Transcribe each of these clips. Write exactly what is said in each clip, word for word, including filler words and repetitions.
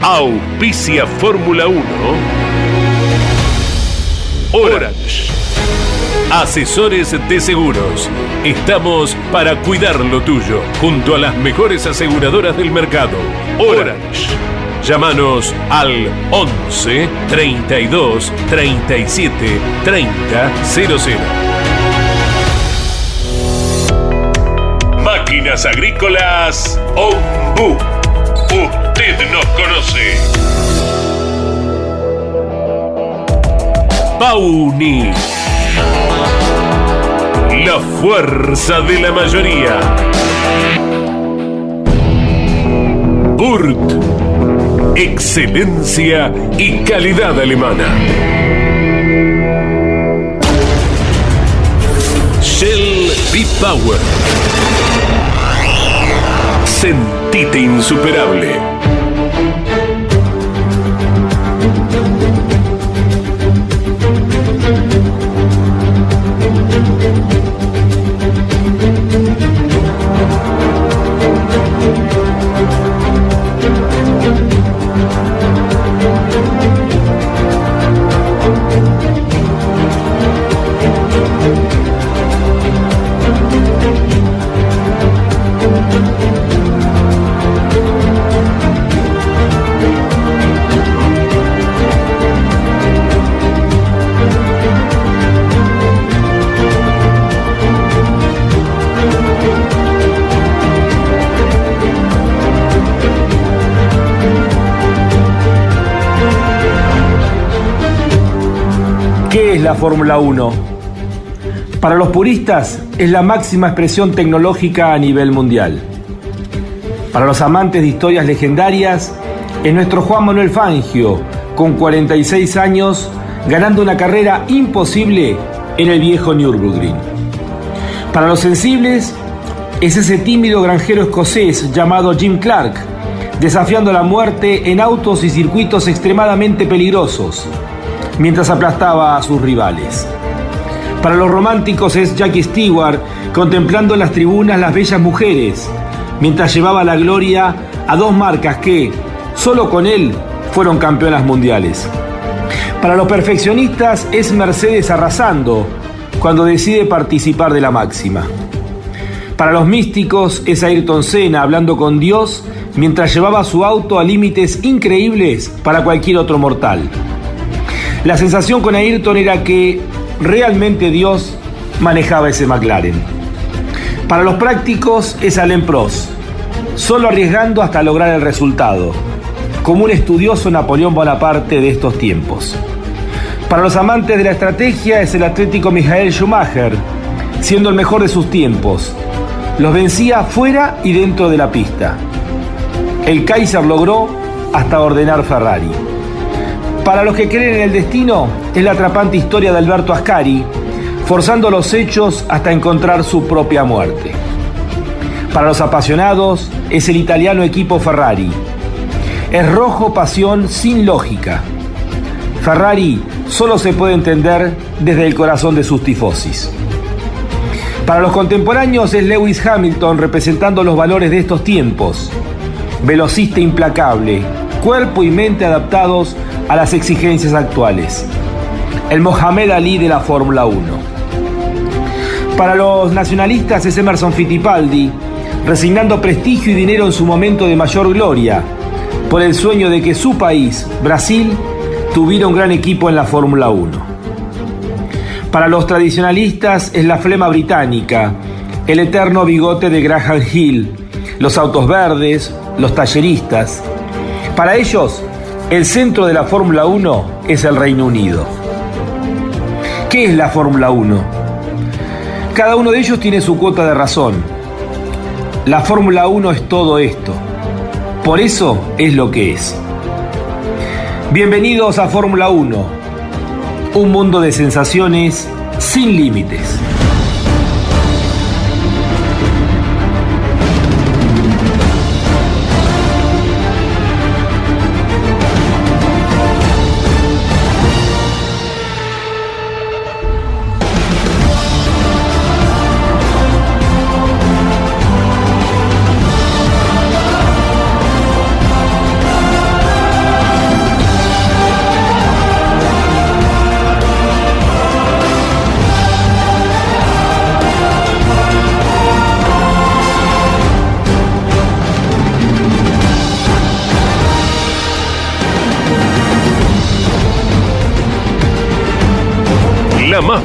Auspicia Fórmula uno. Orange. Asesores de seguros. Estamos para cuidar lo tuyo, junto a las mejores aseguradoras del mercado. Orange. Llámanos al once, treinta y dos, treinta y siete, treinta, cero cero. Máquinas Agrícolas Ombú. Usted nos conoce. Pauni. La fuerza de la mayoría. Burt. Excelencia y calidad alemana. Shell V-Power. Sentite insuperable. ¿Qué es la Fórmula uno? Para los puristas es la máxima expresión tecnológica a nivel mundial. Para los amantes de historias legendarias es nuestro Juan Manuel Fangio, con cuarenta y seis años, ganando una carrera imposible en el viejo Nürburgring. Para los sensibles es ese tímido granjero escocés llamado Jim Clark, desafiando la muerte en autos y circuitos extremadamente peligrosos, mientras aplastaba a sus rivales. Para los románticos es Jackie Stewart contemplando en las tribunas las bellas mujeres, mientras llevaba la gloria a dos marcas que, solo con él, fueron campeonas mundiales. Para los perfeccionistas es Mercedes arrasando cuando decide participar de la máxima. Para los místicos es Ayrton Senna hablando con Dios mientras llevaba su auto a límites increíbles para cualquier otro mortal. La sensación con Ayrton era que realmente Dios manejaba ese McLaren. Para los prácticos es Alain Prost, solo arriesgando hasta lograr el resultado, como un estudioso Napoleón Bonaparte de estos tiempos. Para los amantes de la estrategia es el atlético Michael Schumacher, siendo el mejor de sus tiempos. Los vencía fuera y dentro de la pista. El Kaiser logró hasta ordenar Ferrari. Para los que creen en el destino, es la atrapante historia de Alberto Ascari, forzando los hechos hasta encontrar su propia muerte. Para los apasionados, es el italiano equipo Ferrari. Es rojo pasión sin lógica. Ferrari solo se puede entender desde el corazón de sus tifosis. Para los contemporáneos es Lewis Hamilton representando los valores de estos tiempos. Velocista implacable, cuerpo y mente adaptados a las exigencias actuales. El Mohamed Ali de la Fórmula uno. Para los nacionalistas es Emerson Fittipaldi, resignando prestigio y dinero en su momento de mayor gloria, por el sueño de que su país, Brasil, tuviera un gran equipo en la Fórmula uno. Para los tradicionalistas es la flema británica, el eterno bigote de Graham Hill, los autos verdes, los talleristas. Para ellos, el centro de la Fórmula uno es el Reino Unido. ¿Qué es la Fórmula uno? Cada uno de ellos tiene su cuota de razón. La Fórmula uno es todo esto. Por eso es lo que es. Bienvenidos a Fórmula uno, un mundo de sensaciones sin límites.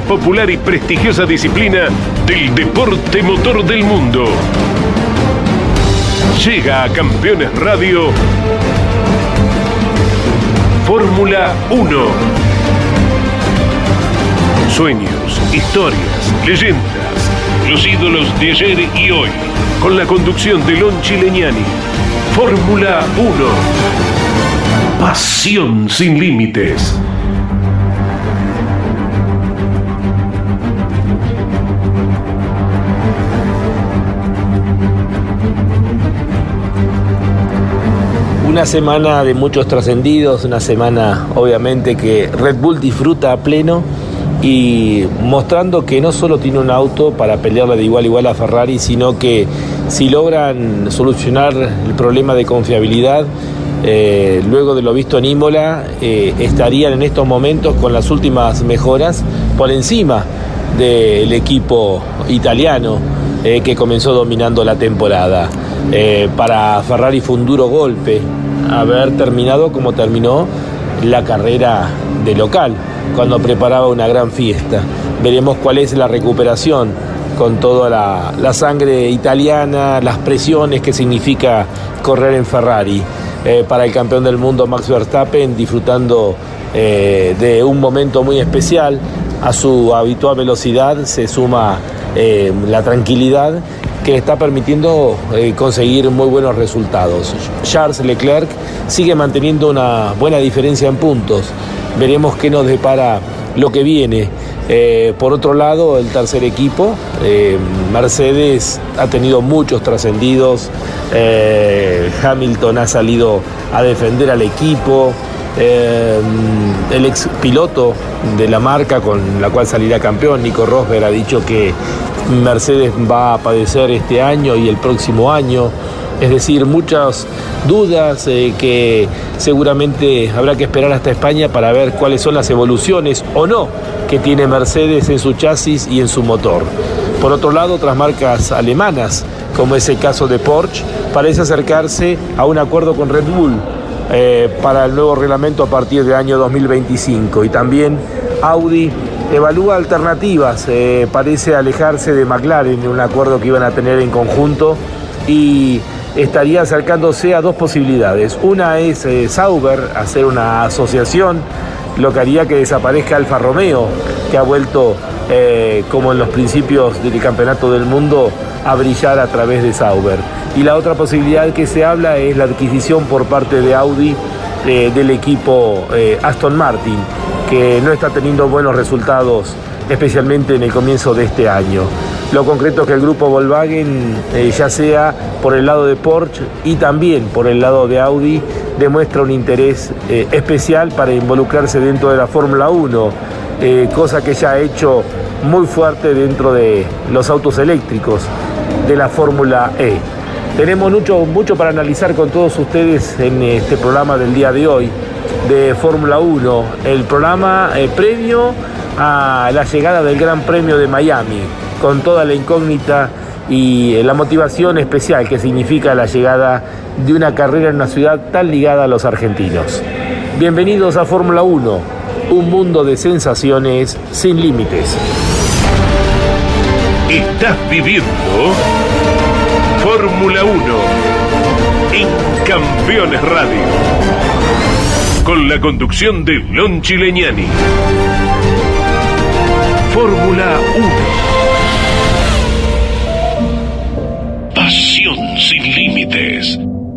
popular y prestigiosa disciplina del deporte motor del mundo. Llega a Campeones Radio Fórmula uno. Sueños, historias, leyendas, los ídolos de ayer y hoy, con la conducción de Lonchi Legnani. Fórmula uno. Pasión sin límites. Una semana de muchos trascendidos, una semana obviamente que Red Bull disfruta a pleno y mostrando que no solo tiene un auto para pelearle de igual a igual a Ferrari, sino que si logran solucionar el problema de confiabilidad, eh, luego de lo visto en Imola, eh, estarían en estos momentos con las últimas mejoras por encima del equipo italiano eh, que comenzó dominando la temporada. Eh, para Ferrari fue un duro golpe haber terminado como terminó la carrera de local, cuando preparaba una gran fiesta. Veremos cuál es la recuperación con toda la, la sangre italiana, las presiones que significa correr en Ferrari. Eh, para el campeón del mundo Max Verstappen, disfrutando eh, de un momento muy especial. A su habitual velocidad se suma eh, la tranquilidad que le está permitiendo eh, conseguir muy buenos resultados. Charles Leclerc sigue manteniendo una buena diferencia en puntos. Veremos qué nos depara lo que viene. Eh, por otro lado, el tercer equipo, eh, Mercedes, ha tenido muchos trascendidos. Eh, Hamilton ha salido a defender al equipo. Eh, el ex piloto de la marca con la cual salirá campeón, Nico Rosberg, ha dicho que Mercedes va a padecer este año y el próximo año. Es decir, muchas dudas eh, que seguramente habrá que esperar hasta España para ver cuáles son las evoluciones o no que tiene Mercedes en su chasis y en su motor. Por otro lado, otras marcas alemanas, como es el caso de Porsche, parece acercarse a un acuerdo con Red Bull eh, para el nuevo reglamento a partir del año dos mil veinticinco. Y también Audi evalúa alternativas, eh, parece alejarse de McLaren en un acuerdo que iban a tener en conjunto y estaría acercándose a dos posibilidades. Una es eh, Sauber, hacer una asociación, lo que haría que desaparezca Alfa Romeo, que ha vuelto, eh, como en los principios del campeonato del mundo, a brillar a través de Sauber. Y la otra posibilidad que se habla es la adquisición por parte de Audi eh, del equipo eh, Aston Martin, que no está teniendo buenos resultados, especialmente en el comienzo de este año. Lo concreto es que el grupo Volkswagen, eh, ya sea por el lado de Porsche y también por el lado de Audi, demuestra un interés eh, especial para involucrarse dentro de la Fórmula uno, eh, cosa que ya ha hecho muy fuerte dentro de los autos eléctricos de la Fórmula E. Tenemos mucho, mucho para analizar con todos ustedes en este programa del día de hoy de Fórmula uno, el programa eh, previo a la llegada del Gran Premio de Miami, con toda la incógnita y la motivación especial que significa la llegada de una carrera en una ciudad tan ligada a los argentinos. Bienvenidos a Fórmula uno, un mundo de sensaciones sin límites. Estás viviendo Fórmula uno en Campeones Radio, con la conducción de Lonchi Legnani. Fórmula uno. Pasión sin límites.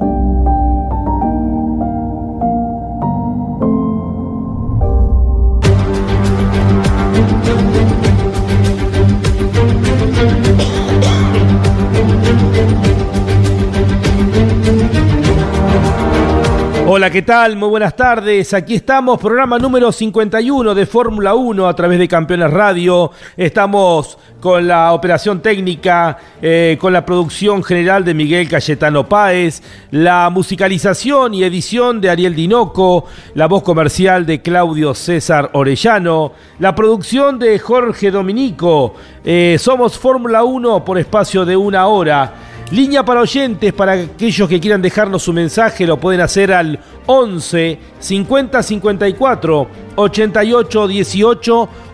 Hola, ¿qué tal? Muy buenas tardes. Aquí estamos, programa número cincuenta y uno de Fórmula uno a través de Campeones Radio. Estamos con la operación técnica, eh, con la producción general de Miguel Cayetano Páez, la musicalización y edición de Ariel Dinoco, la voz comercial de Claudio César Orellano, la producción de Jorge Dominico. Eh, somos Fórmula uno por espacio de una hora. Línea para oyentes, para aquellos que quieran dejarnos su mensaje, lo pueden hacer al once cincuenta cincuenta y cuatro ochenta y ocho dieciocho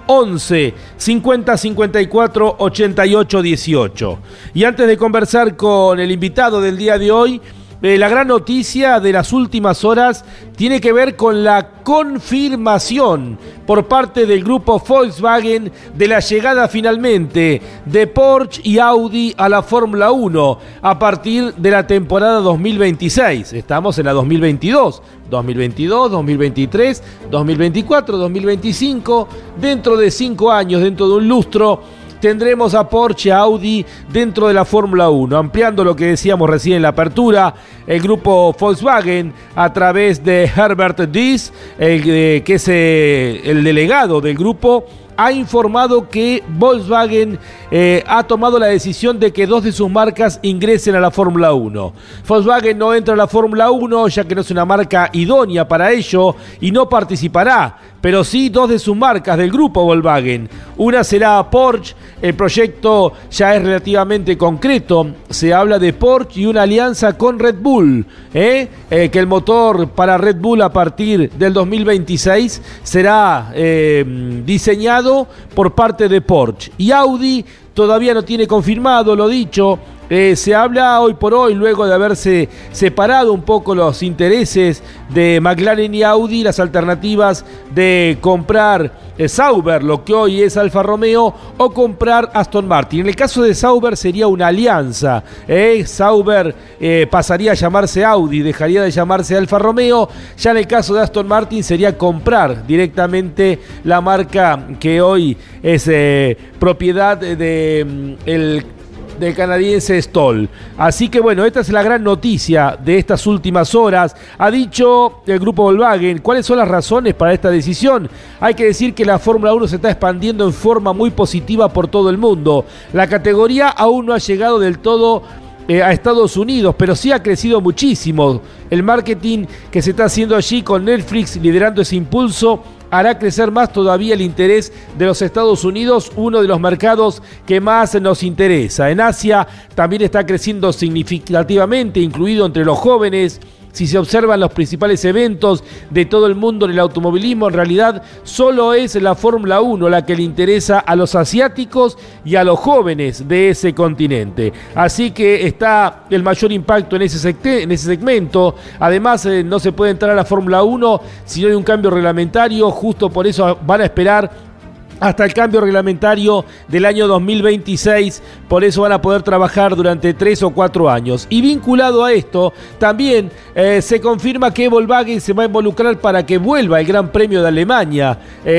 once cincuenta cincuenta y cuatro ochenta y ocho dieciocho. Y antes de conversar con el invitado del día de hoy, Eh, la gran noticia de las últimas horas tiene que ver con la confirmación por parte del grupo Volkswagen de la llegada finalmente de Porsche y Audi a la Fórmula uno a partir de la temporada dos mil veintiséis. Estamos en la dos mil veintidós, dos mil veintidós, dos mil veintitrés, dos mil veinticuatro, dos mil veinticinco. Dentro de cinco años, dentro de un lustro, tendremos a Porsche, a Audi dentro de la Fórmula uno, ampliando lo que decíamos recién en la apertura. El grupo Volkswagen, a través de Herbert Diess, el, eh, que es eh, el delegado del grupo, ha informado que Volkswagen eh, ha tomado la decisión de que dos de sus marcas ingresen a la Fórmula uno. Volkswagen no entra a la Fórmula uno ya que no es una marca idónea para ello y no participará, pero sí dos de sus marcas del grupo Volkswagen. Una será Porsche, el proyecto ya es relativamente concreto, se habla de Porsche y una alianza con Red Bull, ¿eh? Eh, que el motor para Red Bull a partir del dos mil veintiséis será eh, diseñado por parte de Porsche. Y Audi todavía no tiene confirmado, lo dicho. Eh, se habla hoy por hoy, luego de haberse separado un poco los intereses de McLaren y Audi, las alternativas de comprar eh, Sauber, lo que hoy es Alfa Romeo, o comprar Aston Martin. En el caso de Sauber sería una alianza. Eh, Sauber eh, pasaría a llamarse Audi, dejaría de llamarse Alfa Romeo. Ya en el caso de Aston Martin sería comprar directamente la marca que hoy es eh, propiedad de, de el del canadiense Stoll. Así que bueno, esta es la gran noticia de estas últimas horas. Ha dicho el grupo Volkswagen cuáles son las razones para esta decisión. Hay que decir que la Fórmula uno se está expandiendo en forma muy positiva por todo el mundo. La categoría aún no ha llegado del todo eh, a Estados Unidos, pero sí ha crecido muchísimo. El marketing que se está haciendo allí con Netflix liderando ese impulso hará crecer más todavía el interés de los Estados Unidos, uno de los mercados que más nos interesa. En Asia también está creciendo significativamente, incluido entre los jóvenes. Si se observan los principales eventos de todo el mundo en el automovilismo, en realidad solo es la Fórmula uno la que le interesa a los asiáticos y a los jóvenes de ese continente. Así que está el mayor impacto en ese, secte, en ese segmento. Además, eh, no se puede entrar a la Fórmula uno si no hay un cambio reglamentario. Justo por eso van a esperar hasta el cambio reglamentario del año dos mil veintiséis, por eso van a poder trabajar durante tres o cuatro años. Y vinculado a esto, también eh, se confirma que Volkswagen se va a involucrar para que vuelva el Gran Premio de Alemania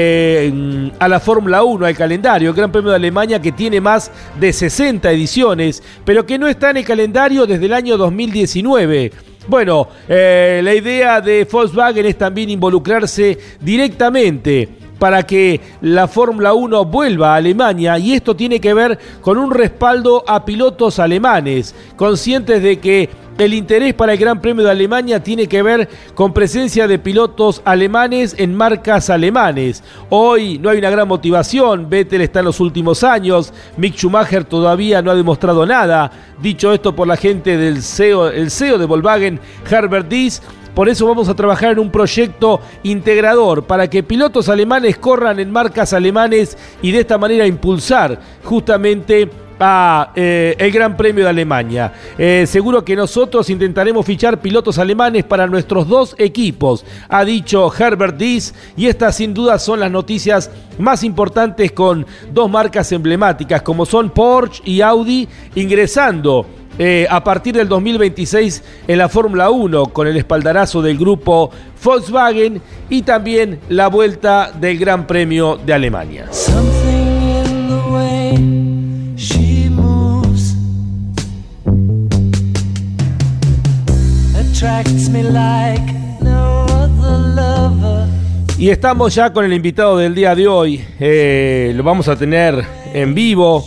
eh, a la Fórmula uno, al calendario. El Gran Premio de Alemania que tiene más de sesenta ediciones, pero que no está en el calendario desde el año dos mil diecinueve. Bueno, eh, la idea de Volkswagen es también involucrarse directamente para que la Fórmula uno vuelva a Alemania, y esto tiene que ver con un respaldo a pilotos alemanes, conscientes de que el interés para el Gran Premio de Alemania tiene que ver con presencia de pilotos alemanes en marcas alemanes. Hoy no hay una gran motivación, Vettel está en los últimos años, Mick Schumacher todavía no ha demostrado nada. Dicho esto por la gente del C E O, el C E O de Volkswagen, Herbert Diess. Por eso vamos a trabajar en un proyecto integrador para que pilotos alemanes corran en marcas alemanes y de esta manera impulsar justamente a eh, el Gran Premio de Alemania. Eh, seguro que nosotros intentaremos fichar pilotos alemanes para nuestros dos equipos, ha dicho Herbert Diess, y estas sin duda son las noticias más importantes con dos marcas emblemáticas como son Porsche y Audi ingresando Eh, a partir del dos mil veintiséis en la Fórmula uno con el espaldarazo del grupo Volkswagen y también la vuelta del Gran Premio de Alemania. Y estamos ya con el invitado del día de hoy, eh, lo vamos a tener en vivo.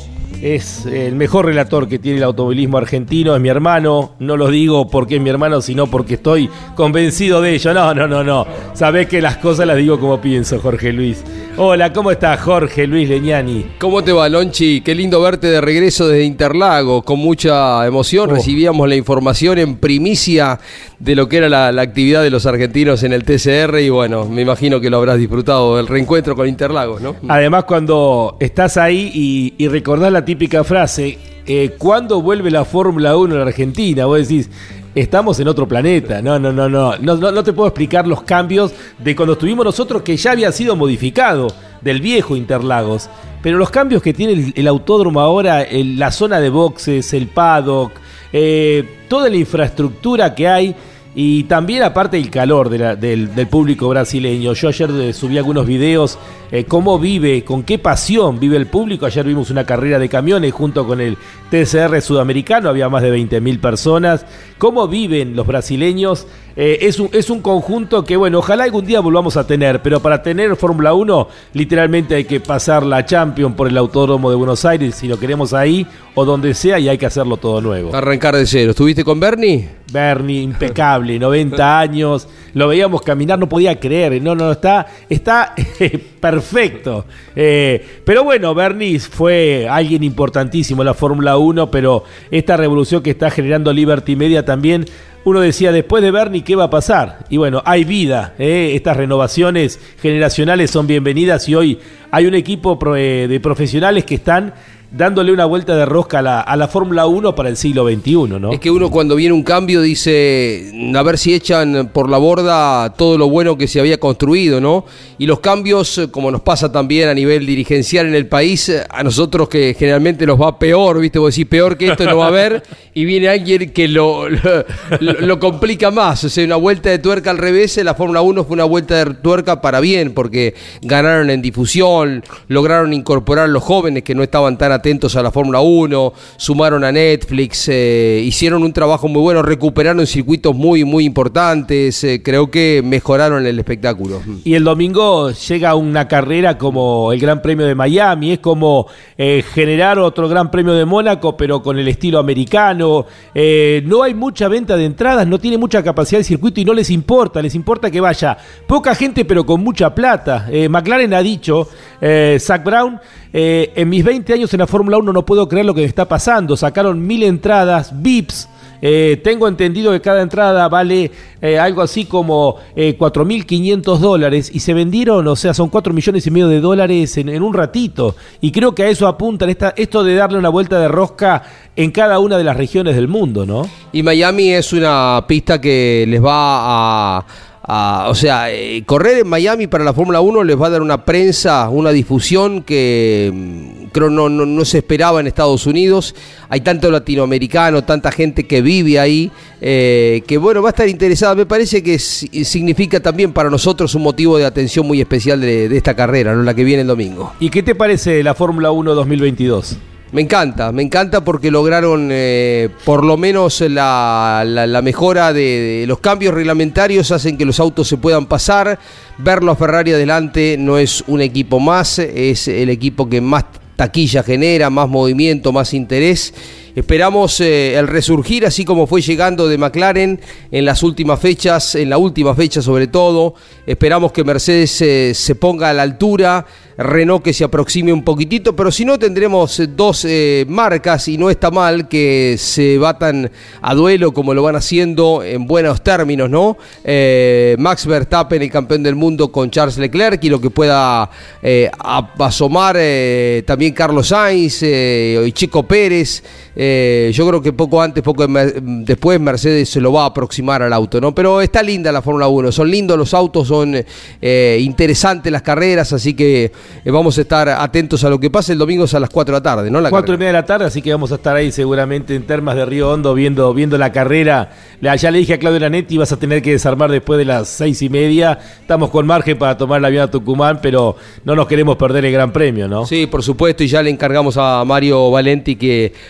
es el mejor relator que tiene el automovilismo argentino, es mi hermano, no lo digo porque es mi hermano, sino porque estoy convencido de ello. No, no, no, no. Sabés que las cosas las digo como pienso, Jorge Luis. Hola, ¿cómo estás, Jorge Luis Leñani? ¿Cómo te va, Lonchi? Qué lindo verte de regreso desde Interlagos, con mucha emoción. Oh. Recibíamos la información en primicia de lo que era la, la actividad de los argentinos en el T C R y bueno, me imagino que lo habrás disfrutado del reencuentro con Interlagos, ¿no? Además, cuando estás ahí y, y recordás la típica frase, eh, ¿cuándo vuelve la Fórmula uno en la Argentina? Vos decís, estamos en otro planeta. No, no, no, no, no, no, no te puedo explicar los cambios de cuando estuvimos nosotros, que ya había sido modificado del viejo Interlagos. Pero los cambios que tiene el, el autódromo ahora, el, la zona de boxes, el paddock, eh, toda la infraestructura que hay. Y también aparte el calor de la, del, del público brasileño. Yo ayer eh, subí algunos videos, eh, cómo vive, con qué pasión vive el público. Ayer vimos una carrera de camiones junto con el T C R sudamericano, había más de veinte mil personas. Cómo viven los brasileños, eh, es, un, es un conjunto que, bueno, ojalá algún día volvamos a tener, pero para tener Fórmula uno literalmente hay que pasar la Champions por el Autódromo de Buenos Aires, si lo queremos ahí o donde sea, y hay que hacerlo todo nuevo. Arrancar de cero. ¿Estuviste con Bernie? Bernie, impecable, noventa años, lo veíamos caminar, no podía creer, no, no, está, está eh, perfecto. Eh, pero bueno, Bernie fue alguien importantísimo en la Fórmula uno, pero esta revolución que está generando Liberty Media también, uno decía, después de Bernie, ¿qué va a pasar? Y bueno, hay vida, ¿eh? Estas renovaciones generacionales son bienvenidas y hoy hay un equipo pro, eh, de profesionales que están dándole una vuelta de rosca a la, a la Fórmula uno para el siglo veintiuno, ¿no? Es que uno cuando viene un cambio dice, a ver si echan por la borda todo lo bueno que se había construido, ¿no? Y los cambios, como nos pasa también a nivel dirigencial en el país, a nosotros que generalmente nos va peor, ¿viste? Vos decís, peor que esto no va a haber, y viene alguien que lo, lo, lo complica más. O sea, una vuelta de tuerca al revés, la Fórmula uno fue una vuelta de tuerca para bien, porque ganaron en difusión, lograron incorporar a los jóvenes que no estaban tan atentos atentos a la Fórmula uno, sumaron a Netflix, eh, hicieron un trabajo muy bueno, recuperaron circuitos muy, muy importantes, eh, creo que mejoraron el espectáculo. Y el domingo llega una carrera como el Gran Premio de Miami, es como eh, generar otro Gran Premio de Mónaco, pero con el estilo americano. Eh, no hay mucha venta de entradas, no tiene mucha capacidad el circuito y no les importa, les importa que vaya poca gente, pero con mucha plata. Eh, McLaren ha dicho, eh, Zak Brown, eh, en mis veinte años en la Fórmula uno no puedo creer lo que me está pasando. Sacaron mil entradas, V I Ps. Eh, tengo entendido que cada entrada vale eh, algo así como eh, cuatro mil quinientos dólares y se vendieron, o sea, son cuatro millones y medio de dólares en, en un ratito. Y creo que a eso apuntan esta, esto de darle una vuelta de rosca en cada una de las regiones del mundo, ¿no? Y Miami es una pista que les va a... Ah, o sea, eh, correr en Miami para la Fórmula uno les va a dar una prensa, una difusión que mmm, creo no, no, no se esperaba en Estados Unidos. Hay tanto latinoamericano, tanta gente que vive ahí, eh, que bueno, va a estar interesada. Me parece que s- significa también para nosotros un motivo de atención muy especial de, de esta carrera, ¿no? La que viene el domingo. ¿Y qué te parece la Fórmula uno dos mil veintidós? Me encanta, me encanta porque lograron eh, por lo menos la, la, la mejora de, de los cambios reglamentarios, hacen que los autos se puedan pasar. Verlo a Ferrari adelante no es un equipo más, es el equipo que más taquilla genera, más movimiento, más interés. Esperamos eh, el resurgir, así como fue llegando de McLaren en las últimas fechas, en la última fecha sobre todo. Esperamos que Mercedes eh, se ponga a la altura, Renault que se aproxime un poquitito, pero si no tendremos dos eh, marcas, y no está mal que se batan a duelo como lo van haciendo en buenos términos, ¿no? Eh, Max Verstappen, el campeón del mundo, con Charles Leclerc, y lo que pueda eh, asomar eh, también Carlos Sainz eh, y Checo Pérez. Eh, yo creo que poco antes, poco después Mercedes se lo va a aproximar al auto, ¿no? Pero está linda la Fórmula uno, son lindos los autos, son eh, interesantes las carreras, así que eh, vamos a estar atentos a lo que pase. El domingo es a las cuatro de la tarde, ¿no? La cuatro y media de la tarde, así que vamos a estar ahí seguramente en Termas de Río Hondo viendo, viendo la carrera. Ya le dije a Claudio Lanetti, vas a tener que desarmar después de las seis y media. Estamos con margen para tomar el avión a Tucumán, pero no nos queremos perder el Gran Premio, ¿no? Sí, por supuesto, y ya le encargamos a Mario Valenti que haga el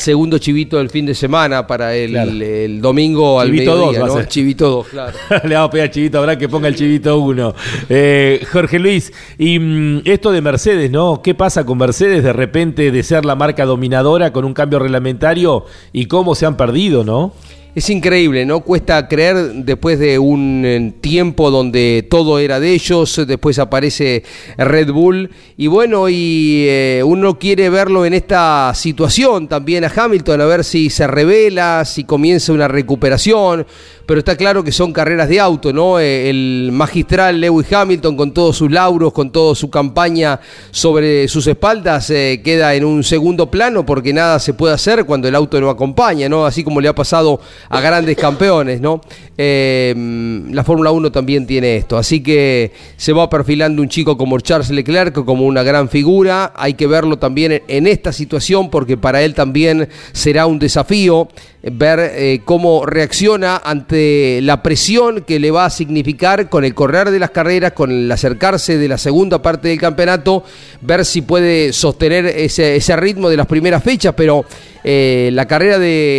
segundo chivito del fin de semana para el, claro. el, el domingo al Chivito mediodía, dos, ¿no? Chivito dos, claro. Le vamos a pegar a Chivito, habrá que ponga el Chivito uno. Eh, Jorge Luis, y mm, esto de Mercedes, ¿no? ¿Qué pasa con Mercedes de repente de ser la marca dominadora con un cambio reglamentario y cómo se han perdido, ¿no? Es increíble, ¿no? Cuesta creer después de un tiempo donde todo era de ellos, después aparece Red Bull y bueno, y eh, uno quiere verlo en esta situación también a Hamilton, a ver si se revela, si comienza una recuperación, pero está claro que son carreras de auto, ¿no? El magistral Lewis Hamilton con todos sus lauros, con toda su campaña sobre sus espaldas, eh, queda en un segundo plano porque nada se puede hacer cuando el auto no acompaña, ¿no? Así como le ha pasado a grandes campeones, ¿no? Eh, la Fórmula uno también tiene esto, así que se va perfilando un chico como Charles Leclerc como una gran figura, hay que verlo también en esta situación porque para él también será un desafío ver eh, cómo reacciona ante la presión que le va a significar con el correr de las carreras, con el acercarse de la segunda parte del campeonato, ver si puede sostener ese, ese ritmo de las primeras fechas, pero eh, la carrera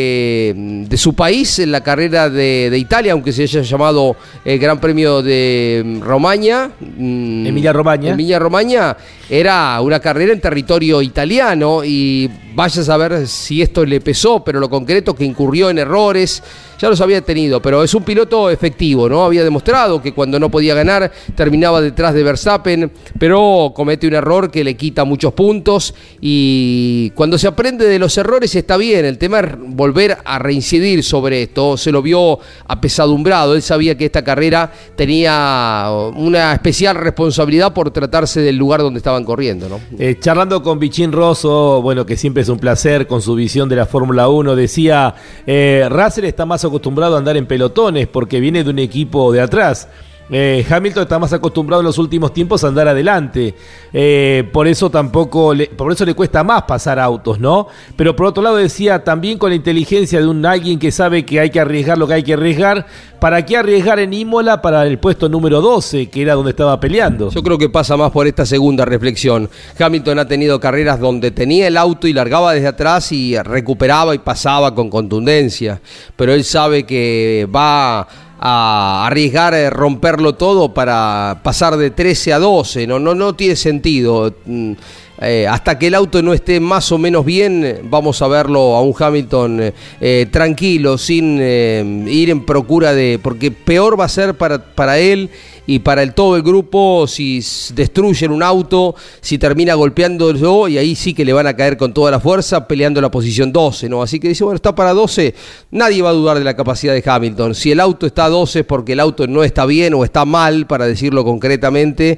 de, de su país, la carrera de, de Italia, aunque se haya llamado el Gran Premio de Romagna, Emilia Romagna, Emilia Romagna, era una carrera en territorio italiano y vaya a saber si esto le pesó, pero lo concreto que incurrió en errores, ya los había tenido, pero es un piloto efectivo, ¿no? Había demostrado que cuando no podía ganar terminaba detrás de Verstappen, pero comete un error que le quita muchos puntos y cuando se aprende de los errores está bien, el tema es volver a reincidir sobre esto, se lo vio apesadumbrado, él sabía que esta carrera tenía una especial responsabilidad por tratarse del lugar donde estaban corriendo, ¿no? Eh, charlando con Bichín Rosso, bueno, que siempre es un placer con su visión de la Fórmula uno, decía, eh, Russell está más acostumbrado a andar en pelotones porque viene de un equipo de atrás. Eh, Hamilton está más acostumbrado en los últimos tiempos a andar adelante, eh, por eso tampoco le, por eso le cuesta más pasar autos, ¿no? Pero por otro lado decía, también con la inteligencia de un alguien que sabe que hay que arriesgar lo que hay que arriesgar, ¿para qué arriesgar en Imola para el puesto número doce, que era donde estaba peleando? Yo creo que pasa más por esta segunda reflexión. Hamilton ha tenido carreras donde tenía el auto y largaba desde atrás y recuperaba y pasaba con contundencia, pero él sabe que va a arriesgar a romperlo todo para pasar de trece a doce, no, no, no tiene sentido. Eh, hasta que el auto no esté más o menos bien, vamos a verlo a un Hamilton eh, tranquilo, sin eh, ir en procura de... porque peor va a ser para, para él y para el, todo el grupo si destruyen un auto, si termina golpeándolo y ahí sí que le van a caer con toda la fuerza peleando la posición doce, ¿no? Así que dice, bueno, está para doce, nadie va a dudar de la capacidad de Hamilton. Si el auto está a doce es porque el auto no está bien o está mal, para decirlo concretamente.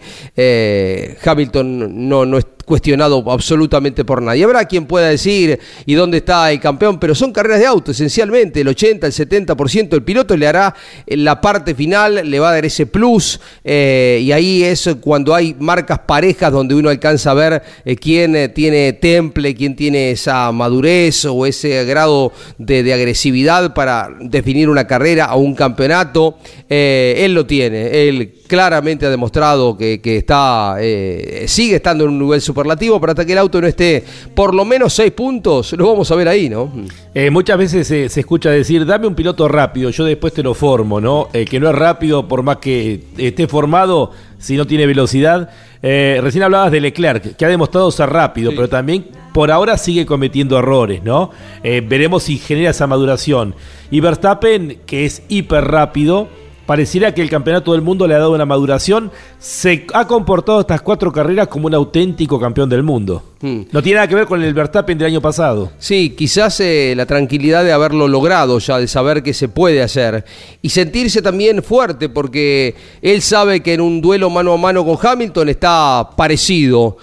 eh, Hamilton no, no es cuestionado absolutamente por nadie. Habrá quien pueda decir, ¿y dónde está el campeón? Pero son carreras de auto, esencialmente, el ochenta, el setenta por ciento del piloto le hará en la parte final, le va a dar ese plus, eh, y ahí es cuando hay marcas parejas donde uno alcanza a ver eh, quién eh, tiene temple, quién tiene esa madurez o ese grado de, de agresividad para definir una carrera o un campeonato. Eh, él lo tiene, él claramente ha demostrado que, que está eh, sigue estando en un nivel superlativo, pero hasta que el auto no esté por lo menos seis puntos, lo vamos a ver ahí, ¿no? Eh, muchas veces se, se escucha decir, dame un piloto rápido, yo después te lo formo, ¿no? El que no es rápido, por más que esté formado, si no tiene velocidad. Eh, recién hablabas de Leclerc, que ha demostrado ser rápido, sí, pero también por ahora sigue cometiendo errores, ¿no? Eh, veremos si genera esa maduración. Y Verstappen, que es hiper rápido, pareciera que el campeonato del mundo le ha dado una maduración, se ha comportado estas cuatro carreras como un auténtico campeón del mundo. Hmm. No tiene nada que ver con el Verstappen del año pasado. Sí, quizás eh, la tranquilidad de haberlo logrado ya, de saber que se puede hacer. Y sentirse también fuerte, porque él sabe que en un duelo mano a mano con Hamilton está parecido,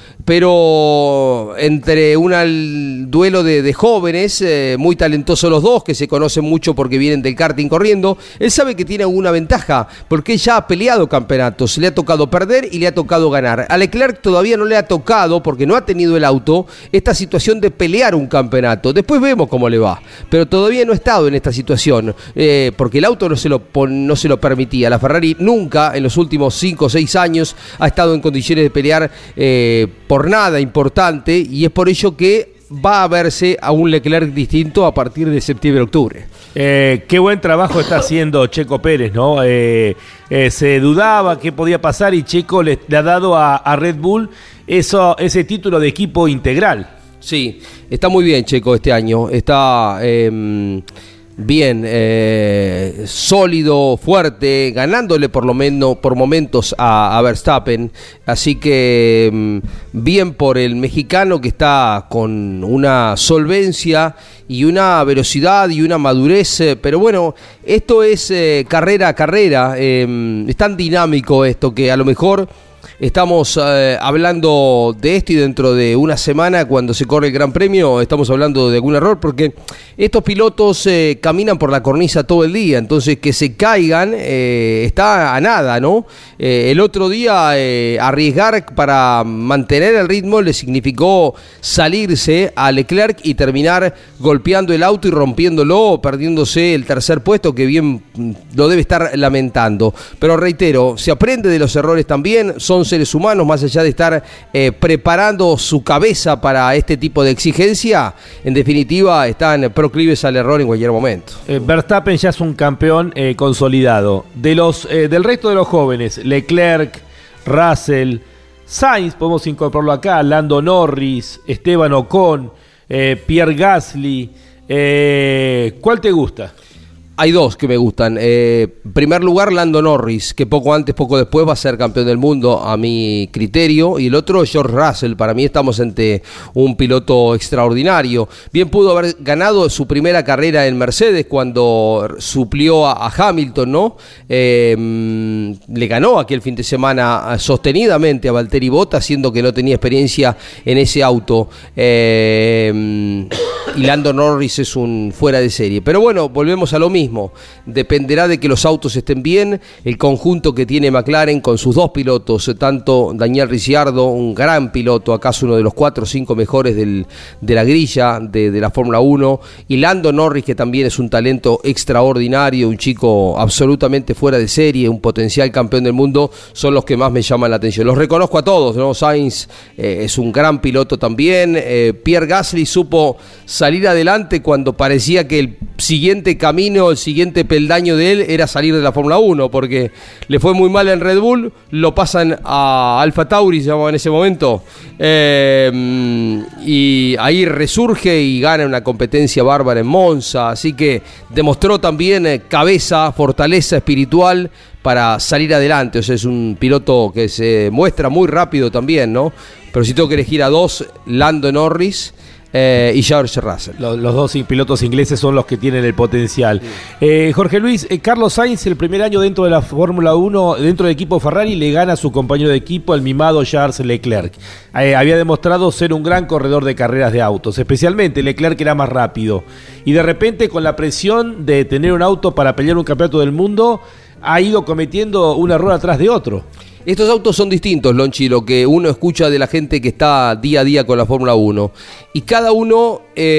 pero entre un duelo de, de jóvenes, eh, muy talentosos los dos, que se conocen mucho porque vienen del karting corriendo, él sabe que tiene alguna ventaja, porque él ya ha peleado campeonatos, le ha tocado perder y le ha tocado ganar. A Leclerc todavía no le ha tocado, porque no ha tenido el auto, esta situación de pelear un campeonato. Después vemos cómo le va, pero todavía no ha estado en esta situación, eh, porque el auto no se, lo, no se lo permitía. La Ferrari nunca en los últimos cinco o seis años ha estado en condiciones de pelear eh, por nada importante, y es por ello que va a verse a un Leclerc distinto a partir de septiembre-octubre. Eh, qué buen trabajo está haciendo Checo Pérez, ¿no? Eh, eh, se dudaba qué podía pasar y Checo le, le ha dado a, a Red Bull eso, ese título de equipo integral. Sí, está muy bien Checo este año, está eh, bien, eh, sólido, fuerte, ganándole por lo menos por momentos a, a Verstappen, así que eh, bien por el mexicano que está con una solvencia y una velocidad y una madurez, eh, pero bueno, esto es eh, carrera a carrera, eh, es tan dinámico esto que a lo mejor estamos eh, hablando de esto y dentro de una semana cuando se corre el Gran Premio estamos hablando de algún error porque estos pilotos eh, caminan por la cornisa todo el día, entonces que se caigan eh, está a nada, ¿no? Eh, el otro día eh, arriesgar para mantener el ritmo le significó salirse a Leclerc y terminar golpeando el auto y rompiéndolo, perdiéndose el tercer puesto que bien lo debe estar lamentando, pero reitero, se aprende de los errores también, son seres humanos, más allá de estar eh, preparando su cabeza para este tipo de exigencia, en definitiva están proclives al error en cualquier momento. Eh, Verstappen ya es un campeón eh, consolidado. De los eh, del resto de los jóvenes, Leclerc, Russell, Sainz, podemos incorporarlo acá, Lando Norris, Esteban Ocon, eh, Pierre Gasly, eh, ¿cuál te gusta? Hay dos que me gustan. Eh, en primer lugar, Lando Norris, que poco antes, poco después va a ser campeón del mundo a mi criterio. Y el otro, George Russell. Para mí estamos ante un piloto extraordinario. Bien pudo haber ganado su primera carrera en Mercedes cuando suplió a, a Hamilton, ¿no? Eh, le ganó aquel fin de semana sostenidamente a Valtteri Bottas, siendo que no tenía experiencia en ese auto. Eh, y Lando Norris es un fuera de serie. Pero bueno, volvemos a lo mismo. Dependerá de que los autos estén bien, el conjunto que tiene McLaren con sus dos pilotos, tanto Daniel Ricciardo, un gran piloto, acaso uno de los cuatro o cinco mejores del, de la grilla de, de la Fórmula uno, y Lando Norris, que también es un talento extraordinario, un chico absolutamente fuera de serie, un potencial campeón del mundo, son los que más me llaman la atención. Los reconozco a todos, ¿no? Sainz eh, es un gran piloto también, eh, Pierre Gasly supo salir adelante cuando parecía que el siguiente camino, el siguiente peldaño de él era salir de la Fórmula uno, porque le fue muy mal en Red Bull, lo pasan a Alfa Tauri, se llamaba en ese momento, eh, y ahí resurge y gana una competencia bárbara en Monza, así que demostró también eh, cabeza, fortaleza espiritual para salir adelante. O sea, es un piloto que se muestra muy rápido también, ¿no? Pero si tengo que elegir a dos, Lando Norris Eh, y George Russell. Los, los dos pilotos ingleses son los que tienen el potencial. Sí. Eh, Jorge Luis, eh, Carlos Sainz, el primer año dentro de la Fórmula uno, dentro del equipo Ferrari, le gana a su compañero de equipo, el mimado Charles Leclerc. Eh, había demostrado ser un gran corredor de carreras de autos, especialmente Leclerc era más rápido. Y de repente, con la presión de tener un auto para pelear un campeonato del mundo, ha ido cometiendo un error atrás de otro. Estos autos son distintos, Lonchi, lo que uno escucha de la gente que está día a día con la Fórmula uno. Y cada uno,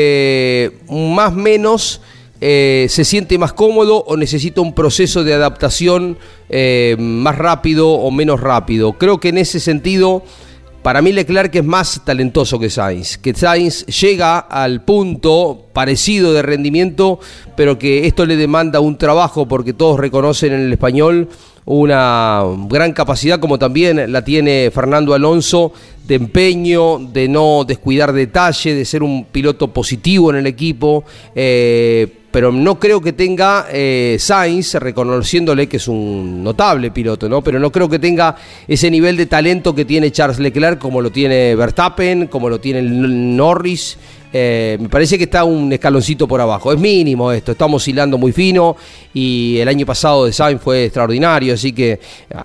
eh, más o menos, eh, se siente más cómodo o necesita un proceso de adaptación eh, más rápido o menos rápido. Creo que en ese sentido, para mí Leclerc es más talentoso que Sainz. Que Sainz llega al punto parecido de rendimiento, pero que esto le demanda un trabajo, porque todos reconocen en el español una gran capacidad, como también la tiene Fernando Alonso, de empeño, de no descuidar detalle, de ser un piloto positivo en el equipo, eh, pero no creo que tenga eh, Sainz, reconociéndole que es un notable piloto, ¿no? Pero no creo que tenga ese nivel de talento que tiene Charles Leclerc, como lo tiene Verstappen, como lo tiene Norris. Eh, me parece que está un escaloncito por abajo. Es mínimo esto, estamos hilando muy fino y el año pasado de Sainz fue extraordinario, así que